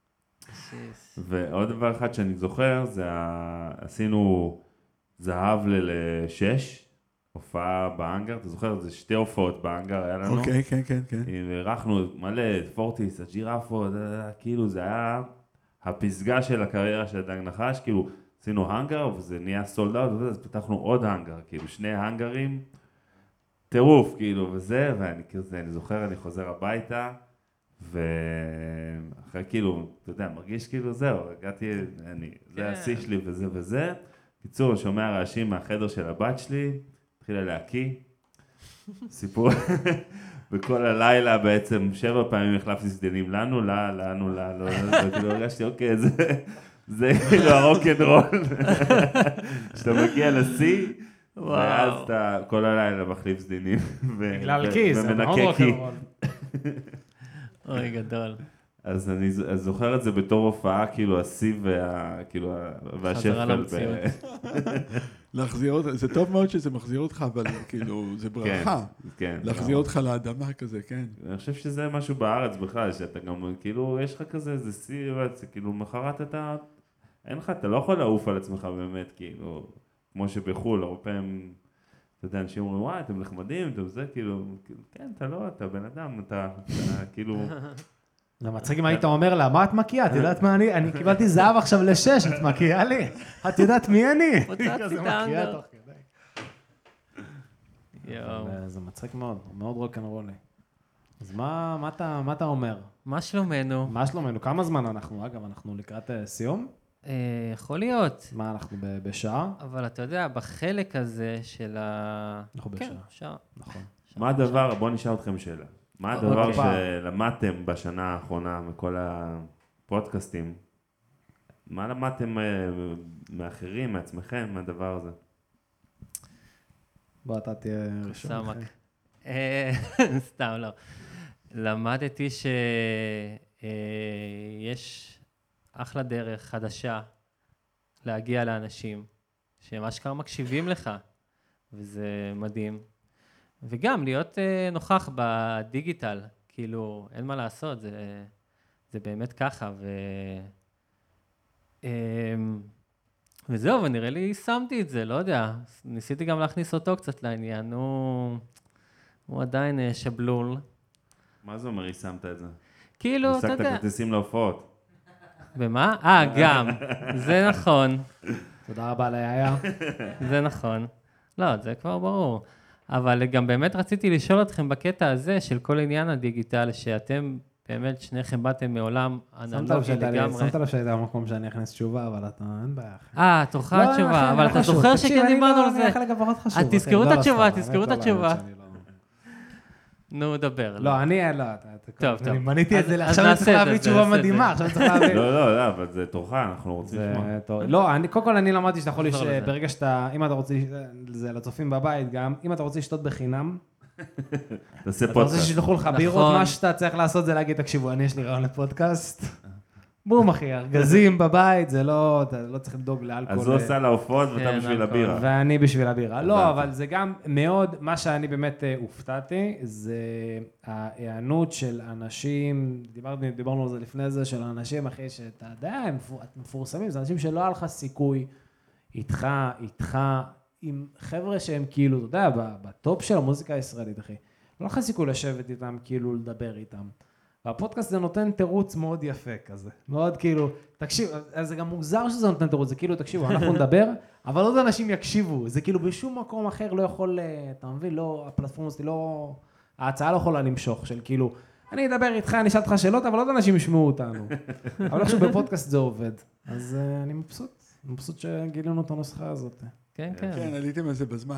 ועוד דבר אחד שאני זוכר, זה עשינו זהב ל6, הופעה באנגר, אתה זוכר? זה 2 הופעות באנגר היה לנו. אוקיי, כן. וערכנו מלא, פורטיס, הג'ירפות, כאילו זה היה הפסגה של הקריירה של דג נחש, כאילו עשינו האנגר וזה נהיה סולד אאוט, אז פתחנו עוד האנגר, כאילו 2 האנגרים, טירוף, כאילו, וזה, ואני כזה, אני זוכר, אני חוזר הביתה, ואחרי כאילו, אתה יודע, מרגיש כאילו זהו, הגעתי, זה השיא שלי וזה וזה. קיצור, שומע רעשים מהחדר של הבת שלי, התחילה להקיא, סיפור, וכל הלילה בעצם 7 פעמים החלפתי סדינים לנו, וכאילו הרגשתי, אוקיי, זה כאילו הרוק'נ'רול, שאתה מגיע לשיא, ואז אתה כל הלילה מחליף סדינים, בגלל כיס, ומנקה קי. אוי, גדול. אז אני זוכר את זה בתור הופעה, כאילו השיא והשפל. חזרה למציאות. להחזיר אותך, זה טוב מאוד שזה מחזיר אותך, אבל כאילו זה ברכה. כן. להחזיר אותך לאדמה כזה, כן. אני חושב שזה משהו בארץ בכלל, שאתה גם, כאילו, יש לך כזה, איזה שיא, כאילו, מחרת אתה לא יכול לעוף על עצמך באמת, כאילו, כמו שבחול, הרבה פעמים, אתה יודע, אנשים אומרים, וואי, אתם נחמדים, אתם זה, כאילו, כן, אתה לא, אתה בן אדם, אתה כאילו... זה מצחיק אם היית אומר לה, מה את מקיאה? את יודעת מה אני קיבלתי זהב עכשיו ל6, את מקיאה לי? את יודעת מי אני? פוצצתי את האנגר. זה מצחיק מאוד, מאוד רוק'נ'רולי. אז מה אתה אומר? מה שלומנו? מה שלומנו? כמה זמן אנחנו? אגב, אנחנו לקראת סיום? יכול להיות. מה, אנחנו בשעה? אבל אתה יודע, בחלק הזה של אנחנו כן, בשעה. שעה. נכון. מה הדבר, בואו נשאל אתכם שאלה. מה הדבר שלמדתם בשנה האחרונה מכל הפודקאסטים? מה למדתם מאחרים, מעצמכם, מהדבר הזה? בוא, אתה תהיה ראשון. סמק. סתם, לא. למדתי שיש אחלה דרך חדשה להגיע לאנשים שהם אשכרה מקשיבים לך, וזה מדהים. וגם להיות נוכח בדיגיטל, כאילו, אין מה לעשות, זה באמת ככה, וזהו, ונראה לי שמתי את זה, לא יודע, ניסיתי גם להכניס אותו קצת לעניין, הוא עדיין שבלול. מה זה אומר, שמת את זה? כאילו, אתה יודע. השגת כרטיסים להופעות. במה? גם, זה נכון. תודה רבה ליאיה. זה נכון. לא, זה כבר ברור. אבל גם באמת רציתי לשאול אתכם בקטע הזה של כל עניין הדיגיטל, שאתם באמת שניכם באתם מעולם אנלוגי לגמרי. שמת לב שהייתה במקום שאני אכנס תשובה, אבל אתה אין בעיה. תורך התשובה, אבל אתה זוכר שכן דיברנו על זה. תזכרו את התשובה, תזכרו את התשובה. נו, דבר. לא, אני, לא. טוב, טוב. אני מניתי את זה, עכשיו אני צריך להביא תשובה מדהימה, עכשיו אני צריך להביא. לא, אבל זה תורך, אנחנו רוצים לשמוע. לא, קודם כל אני למדתי שאתה יכול, ברגע שאתה, אם אתה רוצה, זה לצופים בבית גם, אם אתה רוצה לשתות בחינם, תעשה אתה פודקאסט. רוצה שישלחו לך בירות, מה שאתה צריך לעשות זה להגיד, תקשיבו, יש לי רעיון לפודקאסט. בום אחי, ארגזים בבית, זה לא, אתה לא צריך לדאוג לאלכוהול. אז הוא עושה להופעות ואתה בשביל הבירה. ואני בשביל הבירה. לא, אבל זה גם מאוד, מה שאני באמת הופתעתי, זה ההיענות של אנשים, דיברנו על זה לפני זה, של אנשים, אחי, שאתה יודע, הם מפורסמים, זה אנשים שלא היה לך סיכוי איתך, עם חבר'ה שהם כאילו, אתה יודע, בטופ של המוזיקה הישראלית, אחי. לא לך סיכוי לשבת איתם, כאילו לדבר איתם. והפודקאסט זה נותן תירוץ מאוד יפה כזה, מאוד כאילו, תקשיב, זה גם מוזר שזה נותן תירוץ, זה כאילו, תקשיבו, אנחנו נדבר, אבל עוד אנשים יקשיבו, זה כאילו בשום מקום אחר לא יכול, אתה מבין, לא, הפלטפורמה הזאת לא, ההצעה לא יכולה למשוך, של כאילו, אני אדבר איתך, אני אשאל אותך שאלות, אבל עוד אנשים ישמעו אותנו. אבל עכשיו בפודקאסט זה עובד, אז אני מבסוט שגילינו את הנוסחה הזאת. כן, כן. כן, עליתם על זה בזמן.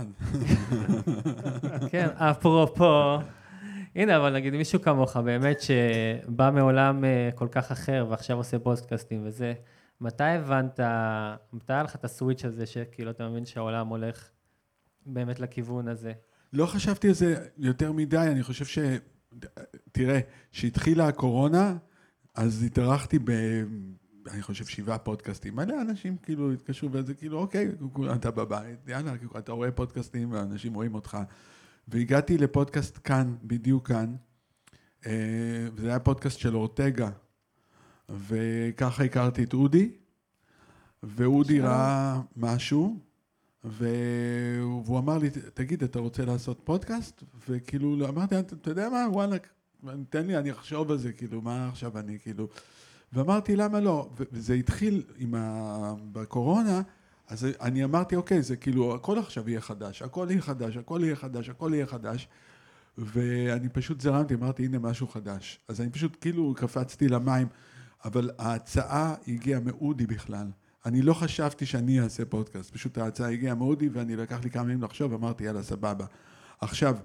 כן, אפרופו, הנה, אבל נגיד מישהו כמוך, באמת שבא מעולם כל כך אחר, ועכשיו עושה פודקאסטים וזה, מתי הבנת, מתי היה לך את הסוויץ' הזה, שכאילו אתה מבין שהעולם הולך באמת לכיוון הזה? לא חשבתי על זה יותר מדי, אני חושב תראה, שהתחילה הקורונה, אז התארחתי אני חושב 7 פודקאסטים, מלא אנשים כאילו התקשרו, וזה כאילו, אוקיי, אתה בבית, יאללה, אתה רואה פודקאסטים, ואנשים רואים אותך. והגעתי לפודקאסט כאן, בדיוק כאן, וזה היה פודקאסט של אורטגה, וככה הכרתי את אודי, ואודי ראה משהו, והוא אמר לי, תגיד, אתה רוצה לעשות פודקאסט? וכאילו, אמרתי, אתה יודע מה, וואלה, תן לי, אני אחשוב על זה, כאילו, מה עכשיו אני, כאילו, ואמרתי, למה לא? וזה התחיל בקורונה, אז אני אמרתי, אוקיי, זה כאילו, הכל עכשיו יהיה חדש, הכל יהיה חדש, הכל יהיה חדש, הכל יהיה חדש, ואני פשוט זרמתי, אמרתי, הנה משהו חדש. אז אני פשוט כאילו קפצתי למים, אבל ההצעה הגיעה מאודי בכלל. אני לא חשבתי שאני אעשה פודקאסט, פשוט ההצעה הגיעה מאודי, ואני לקח לי כמה ימים לחשוב, ואמרתי, יאללה, סבבה. עכשיו,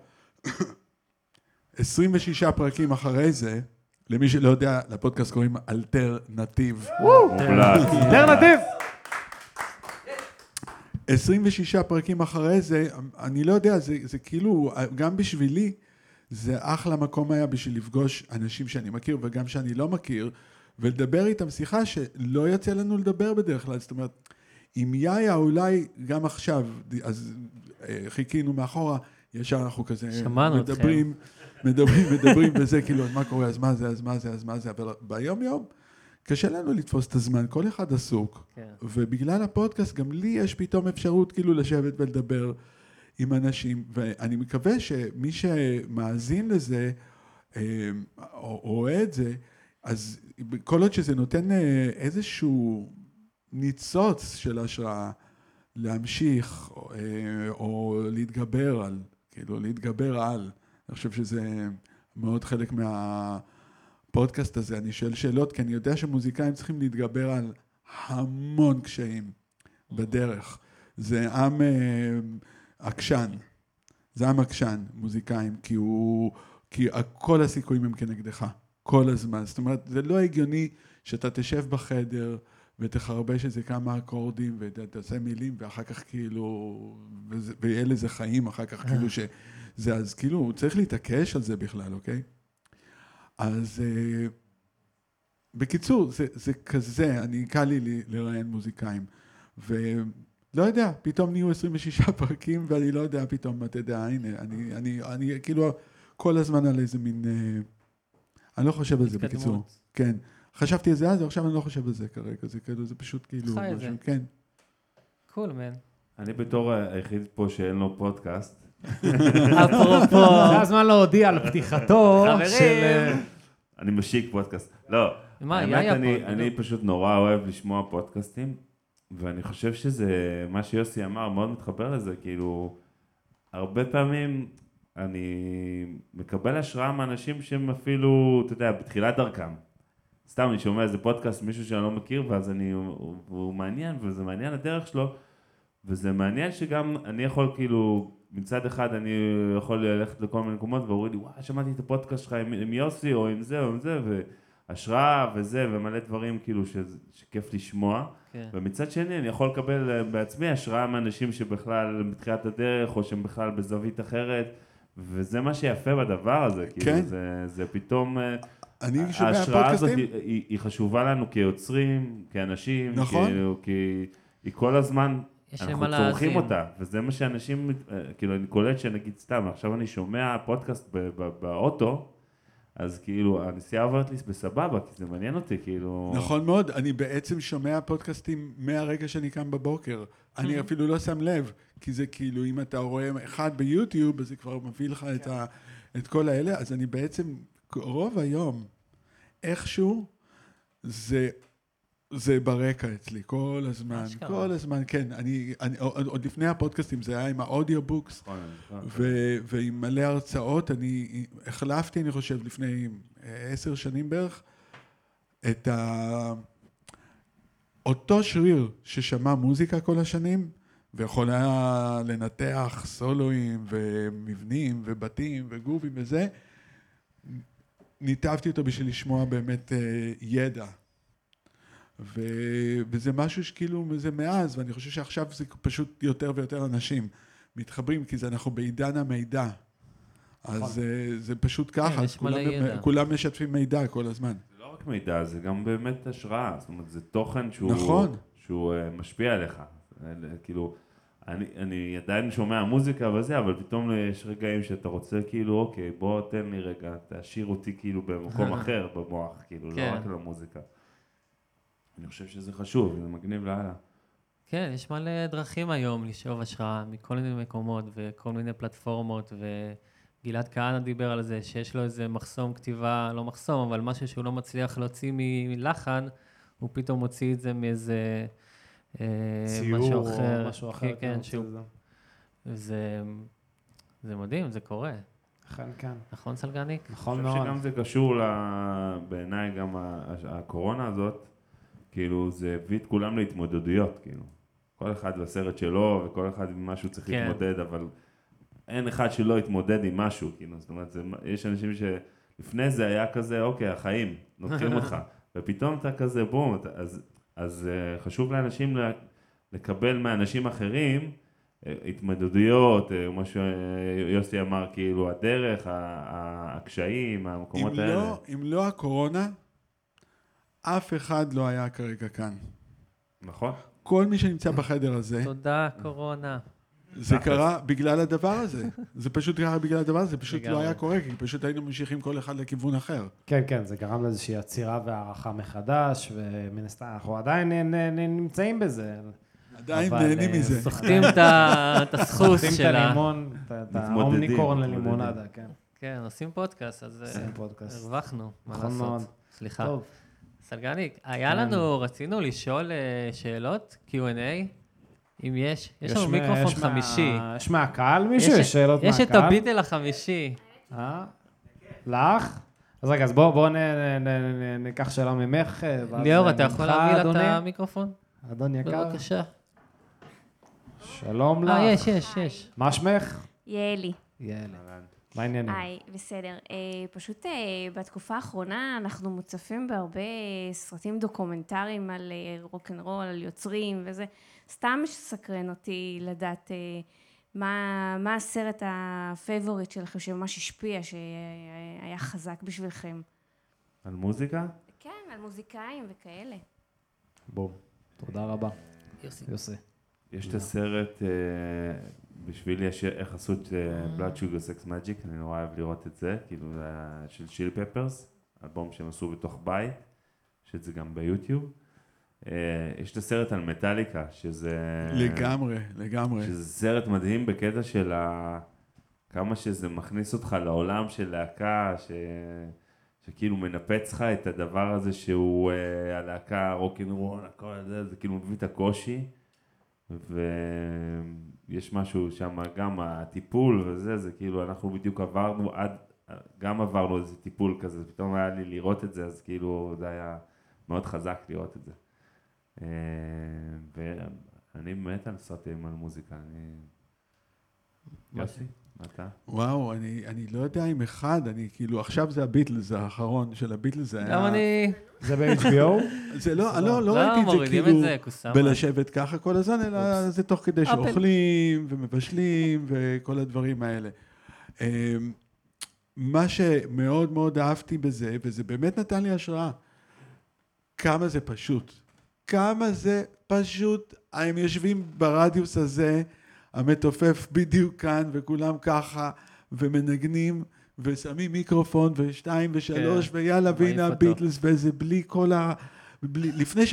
26 פרקים אחרי זה, למי שלא יודע, לפודקאסט קוראים אלטרנטיב. אלטרנטיב! 26 פרקים אחרי זה, אני לא יודע, זה כאילו, גם בשבילי, זה אחלה מקום היה בשביל לפגוש אנשים שאני מכיר וגם שאני לא מכיר, ולדבר איתם שיחה שלא יצא לנו לדבר בדרך כלל. זאת אומרת, עם יאיה אולי גם עכשיו, אז חיכינו מאחורה, ישר אנחנו כזה מדברים וזה, כאילו, אז מה קורה, אז מה זה, אבל ביום יום, קשה לנו לתפוס את הזמן, כל אחד עסוק, ובגלל הפודקאסט גם לי יש פתאום אפשרות כאילו לשבת ולדבר עם אנשים, ואני מקווה שמי שמאזין לזה, או רואה את זה, אז כל עוד שזה נותן איזשהו ניצוץ של השראה, להמשיך, או להתגבר על, כאילו להתגבר על, אני חושב שזה מאוד חלק מהפודקאסט הזה. אני שואל שאלות, כי אני יודע שמוזיקאים צריכים להתגבר על המון קשיים בדרך. זה עם עקשן. זה עם עקשן, מוזיקאים, כי כל הסיכויים הם כנגדך, כל הזמן. זאת אומרת, זה לא הגיוני שאתה תשב בחדר ותחרבש איזה כמה אקורדים ותעשה מילים, ואחר כך כאילו, ויהיה לזה חיים, אחר כך כאילו שזה, אז כאילו, צריך להתעקש על זה בכלל, אוקיי? אז בקיצור, זה כזה, קל לי לראיין מוזיקאים, ולא יודע, פתאום נהיו 26 פרקים, ואני לא יודע פתאום, אתה יודע, הנה, אני כאילו כל הזמן על איזה מין, אני לא חושב על זה בקיצור. כן. חשבתי על זה אז, ועכשיו אני לא חושב על זה כרגע, זה פשוט כאילו משהו, כן. קול, מן. אני בתור היחיד פה שאין לו פודקאסט. אפרופו. זה הזמן להודיע על פתיחתו של... אני משיק פודקאסט. לא, האמת, אני פשוט נורא אוהב לשמוע פודקאסטים, ואני חושב שזה, מה שיוסי אמר, מאוד מתחבר לזה, כאילו, הרבה פעמים אני מקבל השראה מאנשים שהם אפילו, אתה יודע, בתחילת דרכם. סתם, אני שומע איזה פודקאסט, מישהו שאני לא מכיר, ואז הוא מעניין, וזה מעניין הדרך שלו, וזה מעניין שגם אני יכול כאילו, מצד אחד אני יכול ללכת לכל מיני מקומות, והוא אומר לי, וואי, שמעתי את הפודקאסט שלך עם יוסי, או עם זה, או עם זה, והשראה וזה, ומלא דברים כאילו שכיף לשמוע. כן. ומצד שני, אני יכול לקבל בעצמי השראה מאנשים שבכלל בתחילת הדרך, או שהם בכלל בזווית אחרת, וזה מה שיפה בדבר הזה, כאילו, כן. זה פתאום... ההשראה הזאת היא חשובה לנו כיוצרים, כאנשים, נכון. כי היא כל הזמן, אנחנו צורכים אותה, וזה מה שאנשים, כאילו אני קולט שנגיד סתם, עכשיו אני שומע פודקאסט באוטו, אז כאילו הנסיעה עוברת לי בסבבה, כי זה מעניין אותי, כאילו... נכון מאוד, אני בעצם שומע פודקאסטים מהרגע שאני קם בבוקר, אני אפילו לא שם לב, כי זה כאילו אם אתה רואה אחד ביוטיוב, אז זה כבר מביא לך את כל האלה, אז אני בעצם... רוב היום, איכשהו, זה ברקע אצלי, כל הזמן, כל הזמן, כן, עוד לפני הפודקאסטים, זה היה עם האודיובוקס, ועם מלא הרצאות, אני החלפתי, אני חושב, לפני 10 שנים בערך, את אותו שריר ששמע מוזיקה כל השנים, ויכול היה לנתח סולואים, ומבנים, ובתים, וגובים וזה, ניתבתי אותו בשביל לשמוע באמת ידע. וזה משהו שכאילו זה מאז, ואני חושב שעכשיו זה פשוט יותר ויותר אנשים מתחברים, כי אנחנו בעידן המידע. אז זה פשוט ככה, כולם משתפים מידע כל הזמן. זה לא רק מידע, זה גם באמת השראה, זאת אומרת, זה תוכן שהוא משפיע עליך. כאילו, אני עדיין שומע מוזיקה וזה, אבל פתאום יש רגעים שאתה רוצה כאילו, אוקיי, בוא תן לי רגע, תשאיר אותי כאילו במקום אחר במוח, כאילו, לא רק למוזיקה. אני חושב שזה חשוב, זה מגניב להלאה. כן, יש מלא דרכים היום לשאוב השראה מכל מיני מקומות וכל מיני פלטפורמות, וגלעד כהנא דיבר על זה, שיש לו איזה מחסום כתיבה, לא מחסום, אבל משהו שהוא לא מצליח להוציא מלחן, הוא פתאום מוציא את זה מאיזה... ציור או משהו אחר. כן, זה מדהים, זה קורה. כן. נכון, סלגניק? נכון מאוד. אני חושב שגם זה קשור בעיניי גם הקורונה הזאת, כאילו זה הביא את כולם להתמודדויות, כאילו. כל אחד בסרט שלו וכל אחד עם משהו צריך להתמודד, אבל אין אחד שלא יתמודד עם משהו, כאילו. זאת אומרת, יש אנשים שלפני זה היה כזה, אוקיי, החיים, נותחים אותך, ופתאום אתה כזה, בום, אז חשוב לאנשים לקבל מאנשים אחרים התמודדויות, מה שיוסי אמר, כאילו הדרך, הקשיים, המקומות האלה. אם לא הקורונה, אף אחד לא היה כרגע כאן. נכון. כל מי שנמצא בחדר הזה. תודה, קורונה. זה קרה בגלל הדבר הזה. זה פשוט קרה בגלל הדבר הזה, זה פשוט לא היה קורה, כי פשוט היינו ממשיכים כל אחד לכיוון אחר. כן, זה גרם לאיזושהי עצירה והערכה מחדש, ומן הסתם אנחנו עדיין נמצאים בזה. עדיין נהנים מזה. סוחטים את הסחוס שלה. סוחטים את הלימון, את האומניקורן ללימונדה, כן. כן, עושים פודקאסט, אז הרווחנו, מה לעשות. סליחה. סלגניק, רצינו לשאול שאלות, Q&A, אם יש לנו מיקרופון 5. יש מהקהל מישהו? יש שאלות מהקהל? יש את הביטל 5. לך? אז רגע, אז בואו ניקח שאלה ממך. ליאור, אתה יכול להביא לה את המיקרופון? אדון יקר. בבקשה. שלום לך. יש. מה שמך? יעלי. יעלי. מה העניינים? היי, בסדר. פשוט בתקופה האחרונה אנחנו מוצפים בהרבה סרטים דוקומנטריים על רוק'נ'רול, על יוצרים וזה. סתם סקרן אותי לדעת מה הסרט הפייבוריט שלכם שממש השפיע, שהיה חזק בשבילכם. על מוזיקה? כן, על מוזיקאים וכאלה. בוא, תודה רבה. יוסי. יש את הסרט, בשבילי יש איך עשו את Blood Sugar Sex Magic, אני נורא אוהב לראות את זה, כאילו זה היה של שיל פפרס, אלבום שהם עשו בתוך בית, יש את זה גם ביוטיוב. יש את הסרט על מטליקה, שזה... לגמרי. שזה סרט מדהים בקטע של כמה שזה מכניס אותך לעולם של להקה, שכאילו מנפץ לך את הדבר הזה שהוא הלהקה, רוק'נ'רול, הכל הזה, זה כאילו מביא את הקושי. ויש משהו שם, גם הטיפול וזה, זה כאילו אנחנו בדיוק עברנו איזה טיפול כזה, פתאום היה לי לראות את זה, אז כאילו זה היה מאוד חזק לראות את זה. ואני מת על סרטים על מוזיקה, יוסי, מה אתה? וואו, אני לא יודע אם אחד, אני כאילו, עכשיו זה הביטלס האחרון של הביטלס, זה היה... גם אני... זה ב-HBO? זה לא ראיתי את זה כאילו בלשבת ככה כל הזמן, אלא זה תוך כדי שאוכלים ומבשלים וכל הדברים האלה. מה שמאוד מאוד אהבתי בזה, וזה באמת נתן לי השראה, כמה זה פשוט, הם יושבים ברדיוס הזה, המתופף בדיוק כאן וכולם ככה ומנגנים ושמים מיקרופון ושתיים ושלוש ויאללה והנה הביטלס וזה בלי כל לפני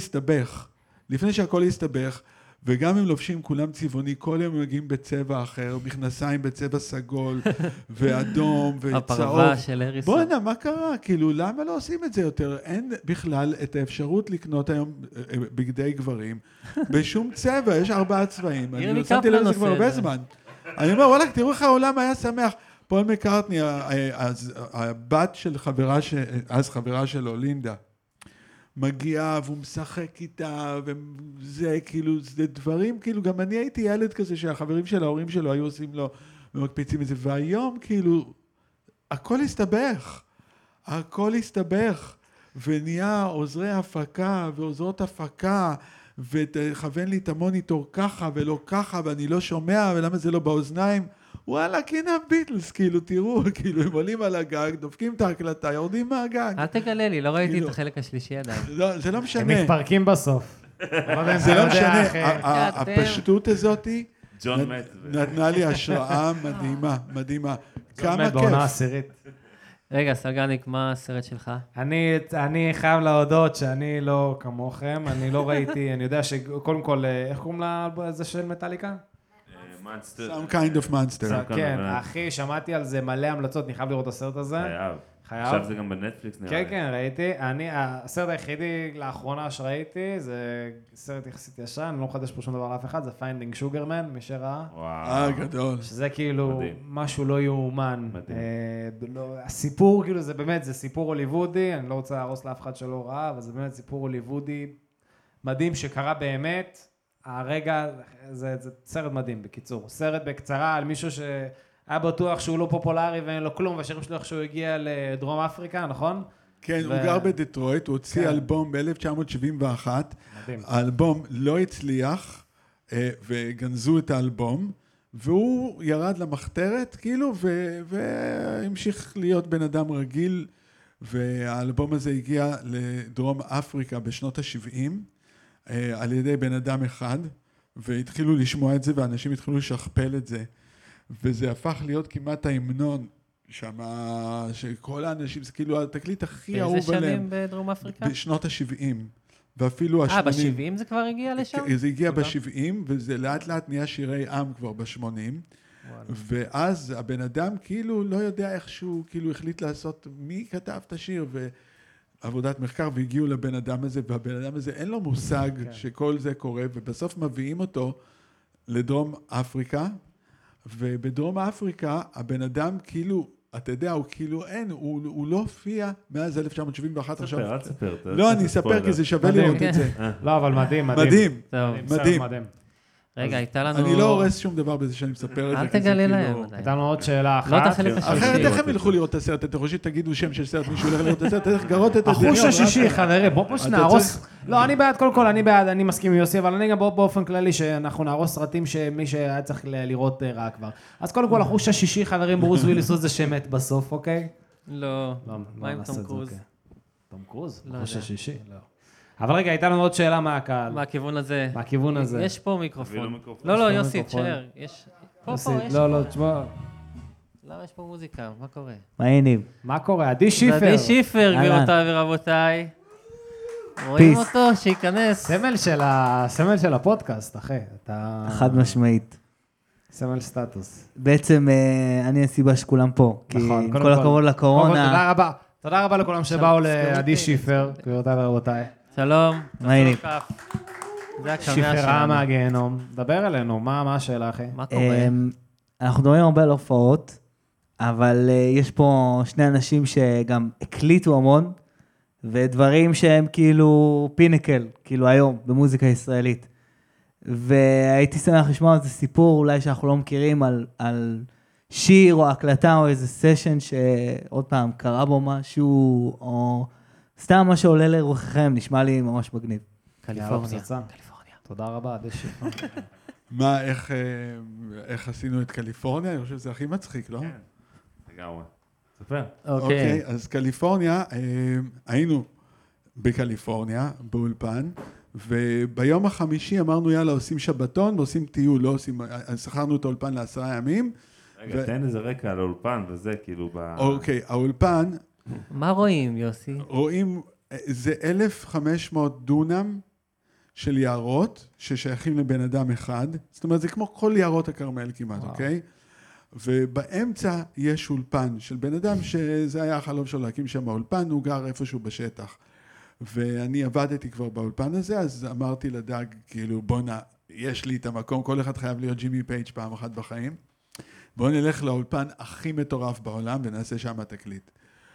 שהכל יסתבך וגם הם לובשים כולם צבעוני, כל יום מגיעים בצבע אחר, מכנסיים בצבע סגול ואדום וצהוב. הפרווה של הריסון. בוא'נה, מה קרה? כאילו, למה לא עושים את זה יותר? אין בכלל את האפשרות לקנות היום בגדי גברים בשום צבע, יש 4 צבעים. אני שמתי לב לזה כבר הרבה זמן. אני אומר, וואלה, תראו איך העולם היה שמח. פול מקרטני, הבת של חברה שלו, לינדה, מגיעה והוא משחק איתה, וזה כאילו, זה דברים, כאילו, גם אני הייתי ילד כזה שהחברים של ההורים שלו היו עושים לו ומקפיצים את זה, והיום כאילו, הכל הסתבך, ונהיה עוזרי הפקה ועוזרות הפקה, ותכוון לי את המוניטור ככה ולא ככה, ואני לא שומע, ולמה זה לא באוזניים, וואלה, כן הביטלס, כאילו, תראו, כאילו, הם עולים על הגג, דופקים את ההקלטה, יורדים מהגג. אל תגלה לי, לא ראיתי את החלק השלישי עדיין. לא, זה לא משנה. הם מתפרקים בסוף. זה לא משנה, הפשטות הזאת ג'ון מת. נתנה לי השראה מדהימה. כמה כיף. בעונה 10. רגע, סלגניק, מה הסרט שלך? אני חייב להודות שאני לא כמוכם, אני לא ראיתי, אני יודע שקודם כל, איך קוראים לזה של מטליקה? Some kind of monster. כן, אחי, שמעתי על זה מלא המלצות, אני חייב לראות את הסרט הזה. חייב. עכשיו זה גם בנטפליקס נראה לי. כן, ראיתי. הסרט היחידי לאחרונה שראיתי, זה סרט יחסית ישן, אני לא מחדש פה שום דבר לאף אחד, זה Finding Sugarman, מי שראה. גדול. שזה כאילו משהו לא יאומן. הסיפור, כאילו זה באמת, זה סיפור הוליוודי, אני לא רוצה להרוס לאף אחד שלא ראה, אבל זה באמת סיפור הוליוודי מדהים שקרה באמת. הרגע, זה סרט מדהים בקיצור. סרט בקצרה על מישהו שהיה בטוח שהוא לא פופולרי ואין לו כלום, והשאירים שלו איך שהוא הגיע לדרום אפריקה, נכון? כן, הוא גר בדטרויט, הוא הוציא אלבום ב-1971. האלבום לא הצליח, וגנזו את האלבום, והוא ירד למחתרת, כאילו, והמשיך להיות בן אדם רגיל, והאלבום הזה הגיע לדרום אפריקה בשנות ה-70, על ידי בן אדם אחד, והתחילו לשמוע את זה, ואנשים התחילו לשכפל את זה, וזה הפך להיות כמעט ההמנון, שמה, שכל האנשים, זה כאילו התקליט הכי אהוב עליהם. באיזה שנים בדרום אפריקה? בשנות ה-70, ואפילו ה-80. ב-70 זה כבר הגיע לשם? זה הגיע ב-70, וזה לאט לאט נהיה שירי עם כבר ב-80, ואז הבן אדם כאילו לא יודע איכשהו, כאילו החליט לעשות, מי כתב את השיר, עבודת מחקר, והגיעו לבן אדם הזה, והבן אדם הזה אין לו מושג שכל זה קורה, ובסוף מביאים אותו לדרום אפריקה, ובדרום אפריקה הבן אדם כאילו אתה יודע, הוא כאילו אין, הוא לא הופיע מאז 1971 עכשיו. אל תספר. לא, אני אספר כי זה שווה לראות את זה. לא, אבל מדהים. מדהים. רגע, הייתה לנו... אני לא הורס שום דבר בזה שאני מספר את זה. אל תגלה להם. הייתה לנו עוד שאלה אחת. לא את החלק השלישי. אחרת איך הם ילכו לראות את הסרט? אתם חושבים שתגידו שם של סרט, מישהו ילך לראות את הסרט, איך גרות את הדמיון. החוש השישי, חברים, בוא פשוט נהרוס. לא, אני בעד, קודם כל, אני בעד, אני מסכים עם יוסי, אבל אני גם באופן כללי שאנחנו נהרוס סרטים שמי שהיה צריך לראות רע כבר. אז קודם כל, החוש השישי, חברים, ברוס וויליס זה שמת בסוף, אוקיי? לא. מה עם תום קרוז? תום קרוז? החוש השישי? לא. אבל רגע, הייתה לנו עוד שאלה מהקהל. מהכיוון הזה. מהכיוון הזה. יש פה מיקרופון. לא, יוסי, תשאר. פה, יש פה. לא, תשמע. למה יש פה מוזיקה? מה קורה? מה העניינים? מה קורה? עדי שיפר. עדי שיפר, גבירותיי ורבותיי. רואים אותו, שייכנס. סמל של הפודקאסט, אחי. חד משמעית. סמל סטטוס. בעצם אני הסיבה שכולם פה. נכון. כל הכבוד לקורונה. תודה רבה. תודה רבה לכולם שבאו לעדי שיפר, גבירותיי ורבותיי. שלום. מה העניינים? זה הקמע שפרה מהגיהנום. דבר אלינו, מה השאלה, אחי? מה קורה? אנחנו מדברים הרבה על הופעות, אבל יש פה שני אנשים שגם הקליטו המון, ודברים שהם כאילו פינקל, כאילו היום, במוזיקה הישראלית. והייתי שמח לשמוע איזה סיפור, אולי שאנחנו לא מכירים, על שיר או הקלטה או איזה סשן שעוד פעם קרה בו משהו, או סתם מה שעולה לרוחכם, נשמע לי ממש מגניב. קליפורניה. תודה רבה, עדי שיפר. מה, איך עשינו את קליפורניה? אני חושב שזה הכי מצחיק, לא? כן, לגמרי. ספר. אוקיי, אז קליפורניה, היינו בקליפורניה, באולפן, וביום החמישי אמרנו, יאללה, עושים שבתון ועושים טיול, לא עושים, שכרנו את האולפן ל10 ימים. רגע, תן איזה רקע על האולפן וזה, כאילו אוקיי, האולפן... מה רואים, יוסי? רואים, זה 1,500 דונם של יערות ששייכים לבן אדם אחד, זאת אומרת, זה כמו כל יערות הכרמל כמעט, אוקיי? ובאמצע יש אולפן של בן אדם שזה היה החלום שלו להקים שם האולפן, הוא גר איפשהו בשטח. ואני עבדתי כבר באולפן הזה, אז אמרתי לדג, כאילו, בונה, יש לי את המקום, כל אחד חייב להיות ג'ימי פייג' פעם אחת בחיים. בואו נלך לאולפן הכי מטורף בעולם ונעשה שם תקליט.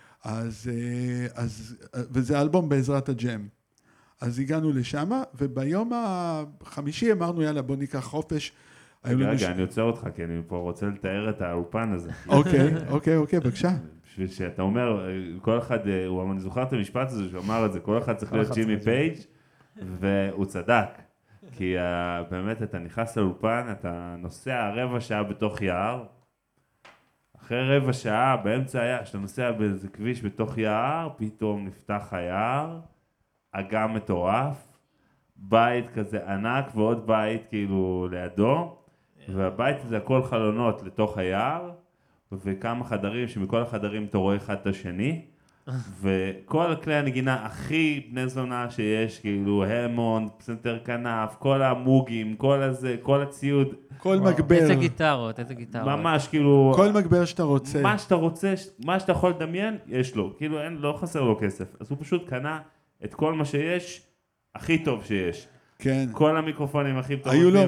וזה אלבום בעזרת הג'ם. אז הגענו לשם, וביום החמישי אמרנו, יאללה, בוא ניקח חופש. רגע, אני עוצר אותך, כי אני פה רוצה לתאר את האולפן הזה. אוקיי, בבקשה. בשביל שאתה אומר, כל אחד, אני זוכר את המשפט הזה, שהוא אמר את זה, כל אחד צריך להיות ג'ימי פייג', והוא צדק. כי באמת אתה נכנס לאולפן, אתה נוסע רבע שעה בתוך יער, אחרי רבע שעה, באמצע היער, כשאתה נוסע באיזה כביש בתוך יער, פתאום נפתח היער, אגם מטורף, בית כזה ענק ועוד בית כאילו לידו, והבית הזה הכל חלונות לתוך היער, וכמה חדרים שמכל החדרים אתה רואה אחד את השני, וכל כלי הנגינה הכי בני זונה שיש, כאילו המונד, פסנתר כנף, כל המוגים, כל הזה, כל הציוד. כל מגבר. איזה גיטרות. ממש כאילו... כל מגבר שאתה רוצה. מה שאתה רוצה, מה שאתה יכול לדמיין, יש לו. כאילו לא חסר לו כסף. אז הוא פשוט קנה את כל מה שיש, הכי טוב שיש. כן. כל המיקרופונים הכי טובים. היו לו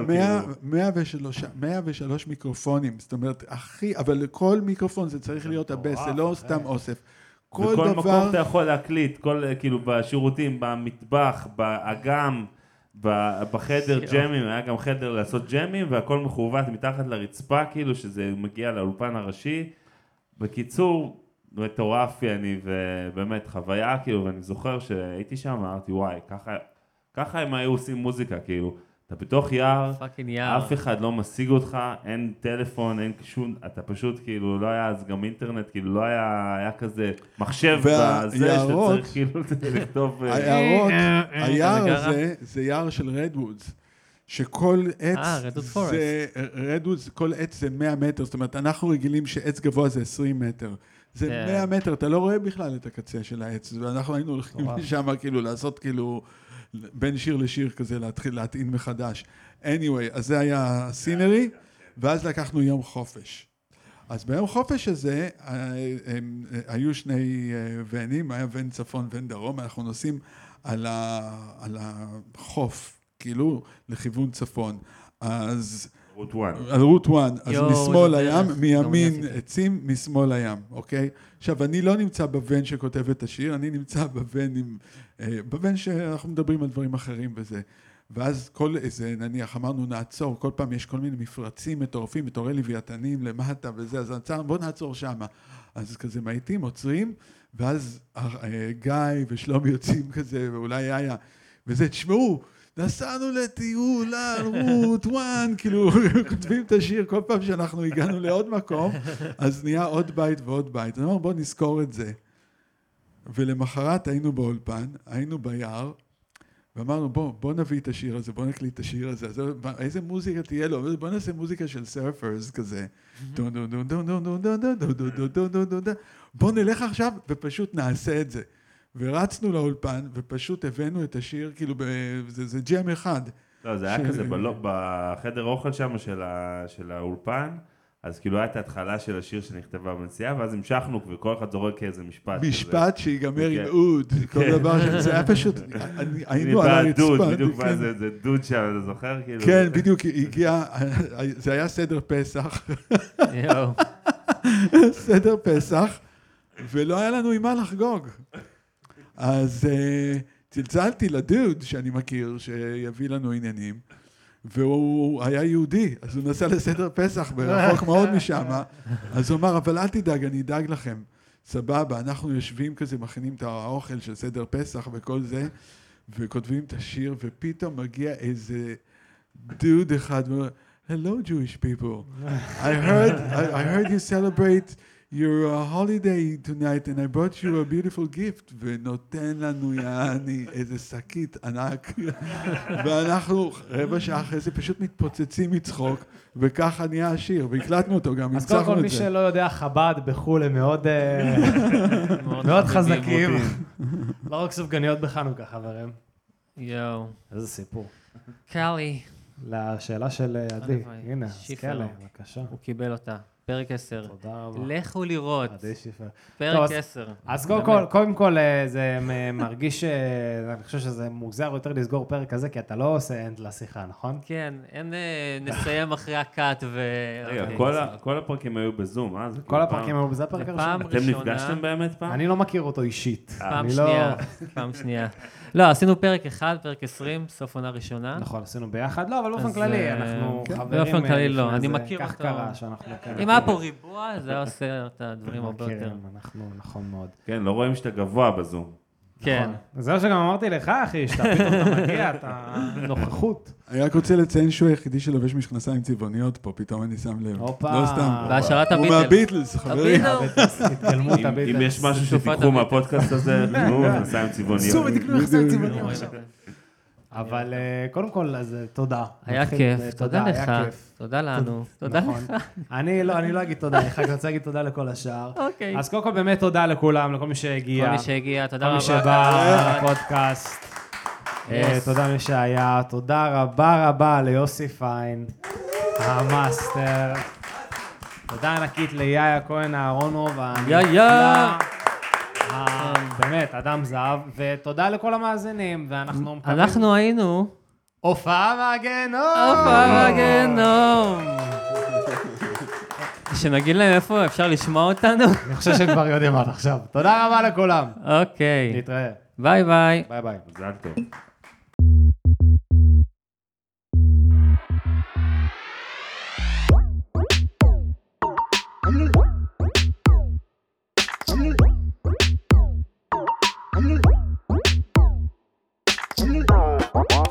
103 מיקרופונים, זאת אומרת, אבל כל מיקרופון זה צריך להיות הבס, זה לא סתם אוסף. בכל מקום אתה יכול להקליט, כאילו בשירותים, במטבח, באגם, בחדר ג'מים, היה גם חדר לעשות ג'מים, והכל מחוות מתחת לרצפה, כאילו שזה מגיע לאולפן הראשי. בקיצור, מטורפי אני, ובאמת חוויה, כאילו, ואני זוכר שהייתי שם, אמרתי, וואי, ככה הם היו עושים מוזיקה, כאילו, אתה בתוך יער, אף אחד לא משיג אותך, אין טלפון, אין שום, אתה פשוט כאילו, לא היה אז גם אינטרנט, כאילו לא היה כזה מחשב בזה, שאתה צריך כאילו לכתוב... היער הזה, זה יער של רדוודס, שכל עץ, רדוודס, כל עץ זה 100 מטר, זאת אומרת, אנחנו רגילים שעץ גבוה זה 20 מטר, זה 100 מטר, אתה לא רואה בכלל את הקצה של העץ, ואנחנו היינו הולכים לשם כאילו, לעשות כאילו... בין שיר לשיר כזה, להתחיל להטעין מחדש. anyway, אז זה היה סינרי, ואז לקחנו יום חופש. אז ביום חופש הזה, היו שני ונים, היה ון צפון ון דרום, אנחנו נוסעים על החוף, כאילו, לכיוון צפון. אז... על רוט 1, אז יואו, משמאל זה הים, דרך. מימין גם אני עצים, משמאל הים, אוקיי? עכשיו, אני לא נמצא בבן שכותב את השיר, אני נמצא בבן שאנחנו מדברים על דברים אחרים וזה. ואז כל איזה, נניח, אמרנו נעצור, כל פעם יש כל מיני מפרצים מטורפים, מטורי לוויתנים למטה וזה, אז בוא נעצור שמה. אז כזה מעיטים, עוצרים, ואז גיא ושלומי יוצאים כזה, ואולי היה, וזה, תשמעו, נסענו לטיול על רוט 1, כאילו, כותבים את השיר, כל פעם שאנחנו הגענו לעוד מקום, אז נהיה עוד בית ועוד בית. אז אמרנו, בוא נזכור את זה. ולמחרת היינו באולפן, היינו ביער, ואמרנו, בוא נביא את השיר הזה, בוא נקליט את השיר הזה, אז איזה מוזיקה תהיה לו? בוא נעשה מוזיקה של סרפרס כזה. בוא נלך עכשיו ופשוט נעשה את זה. ורצנו לאולפן ופשוט הבאנו את השיר, כאילו זה ג'ם אחד. לא, זה היה כזה בחדר אוכל שם של האולפן, אז כאילו הייתה ההתחלה של השיר שנכתבה בנסיעה, ואז המשכנו וכל אחד זורק כאיזה משפט. משפט שיגמר עם אוד, כל דבר שזה היה פשוט, היינו על הרצפה. בדיוק בא איזה דוד שם, אתה זוכר? כן, בדיוק הגיע, זה היה סדר פסח. סדר פסח, ולא היה לנו עם מה לחגוג. אז צלצלתי לדוד שאני מכיר, שיביא לנו עניינים, והוא היה יהודי, אז הוא נסע לסדר פסח ברחוק מאוד משם, אז הוא אמר, אבל אל תדאג, אני אדאג לכם. סבבה, אנחנו יושבים כזה, מכינים את האוכל של סדר פסח וכל זה, וכותבים את השיר, ופתאום מגיע איזה דוד אחד, ואומר, Hello Jewish people, I heard you celebrate your holiday tonight and I brought you a beautiful gift, ונותן לנו יעני איזה שקית ענק, ואנחנו רבע שעה אחרי זה פשוט מתפוצצים מצחוק, וככה נהיה השיר, והקלטנו אותו גם, אז קודם כל מי שלא יודע, חב"ד בחו"ל הם מאוד חזקים, לא רק סופגניות בחנוכה חברים. יואו. איזה סיפור. קלי. לשאלה של עדי, הנה, אז קלי, בבקשה. הוא קיבל אותה. פרק 10. תודה רבה. לכו לראות. עדי שיפר. פרק 10. אז קודם כל זה מרגיש, אני חושב שזה מוזר יותר לסגור פרק כזה, כי אתה לא עושה אנד לשיחה, נכון? כן, אין נסיים אחרי הקאט ו... רגע, כל הפרקים היו בזום, אה? כל הפרקים היו בזה הפרק הראשון. אתם נפגשתם באמת פעם? אני לא מכיר אותו אישית. פעם שנייה. לא, עשינו פרק 1, פרק 20, סוף עונה ראשונה. נכון, עשינו ביחד, לא, אבל באופן כללי, אנחנו חברים. באופן כללי לא, אני מכיר אותו. כך קרה שאנחנו... אם היה פה ריבוע, זה היה עושה את הדברים הרבה יותר. אנחנו, נכון מאוד. כן, לא רואים שאתה גבוה בזום. כן. זה שגם אמרתי לך, אחי, שאתה פתאום אתה מגיע, אתה נוכחות. אני רק רוצה לציין שהוא היחידי שלובש מכנסיים צבעוניות פה, פתאום אני שם לב. לא סתם. בהשארת הביטלס. הוא מהביטלס, חברים. התגלמות הביטלס. אם יש משהו שתיקחו מהפודקאסט הזה, תקנו מכנסיים צבעוניות. סור ותקנו מכנסיים צבעוניות. אבל קודם כל, אז תודה. היה כיף, תודה לך, תודה לנו, תודה לך. אני לא אגיד תודה לך, אני רוצה להגיד תודה לכל השאר. אוקיי. אז קודם כל באמת תודה לכולם, לכל מי שהגיע. כל מי שהגיע, תודה רבה. כל מי שבא לפודקאסט. תודה מי שהיה, תודה רבה רבה ליוסי פיין, המאסטר. תודה ענקית ליאיה כהן אהרונוב. יאיה! באמת, אדם זהב, ותודה לכל המאזינים, ואנחנו מקווים... אנחנו היינו... הופעה מהגיהנום! הופעה מהגיהנום! שנגיד להם איפה אפשר לשמוע אותנו? אני חושב שהם כבר יודעים עד עכשיו. תודה רבה לכולם. אוקיי. נתראה. ביי ביי. ביי ביי. מזל טוב. What?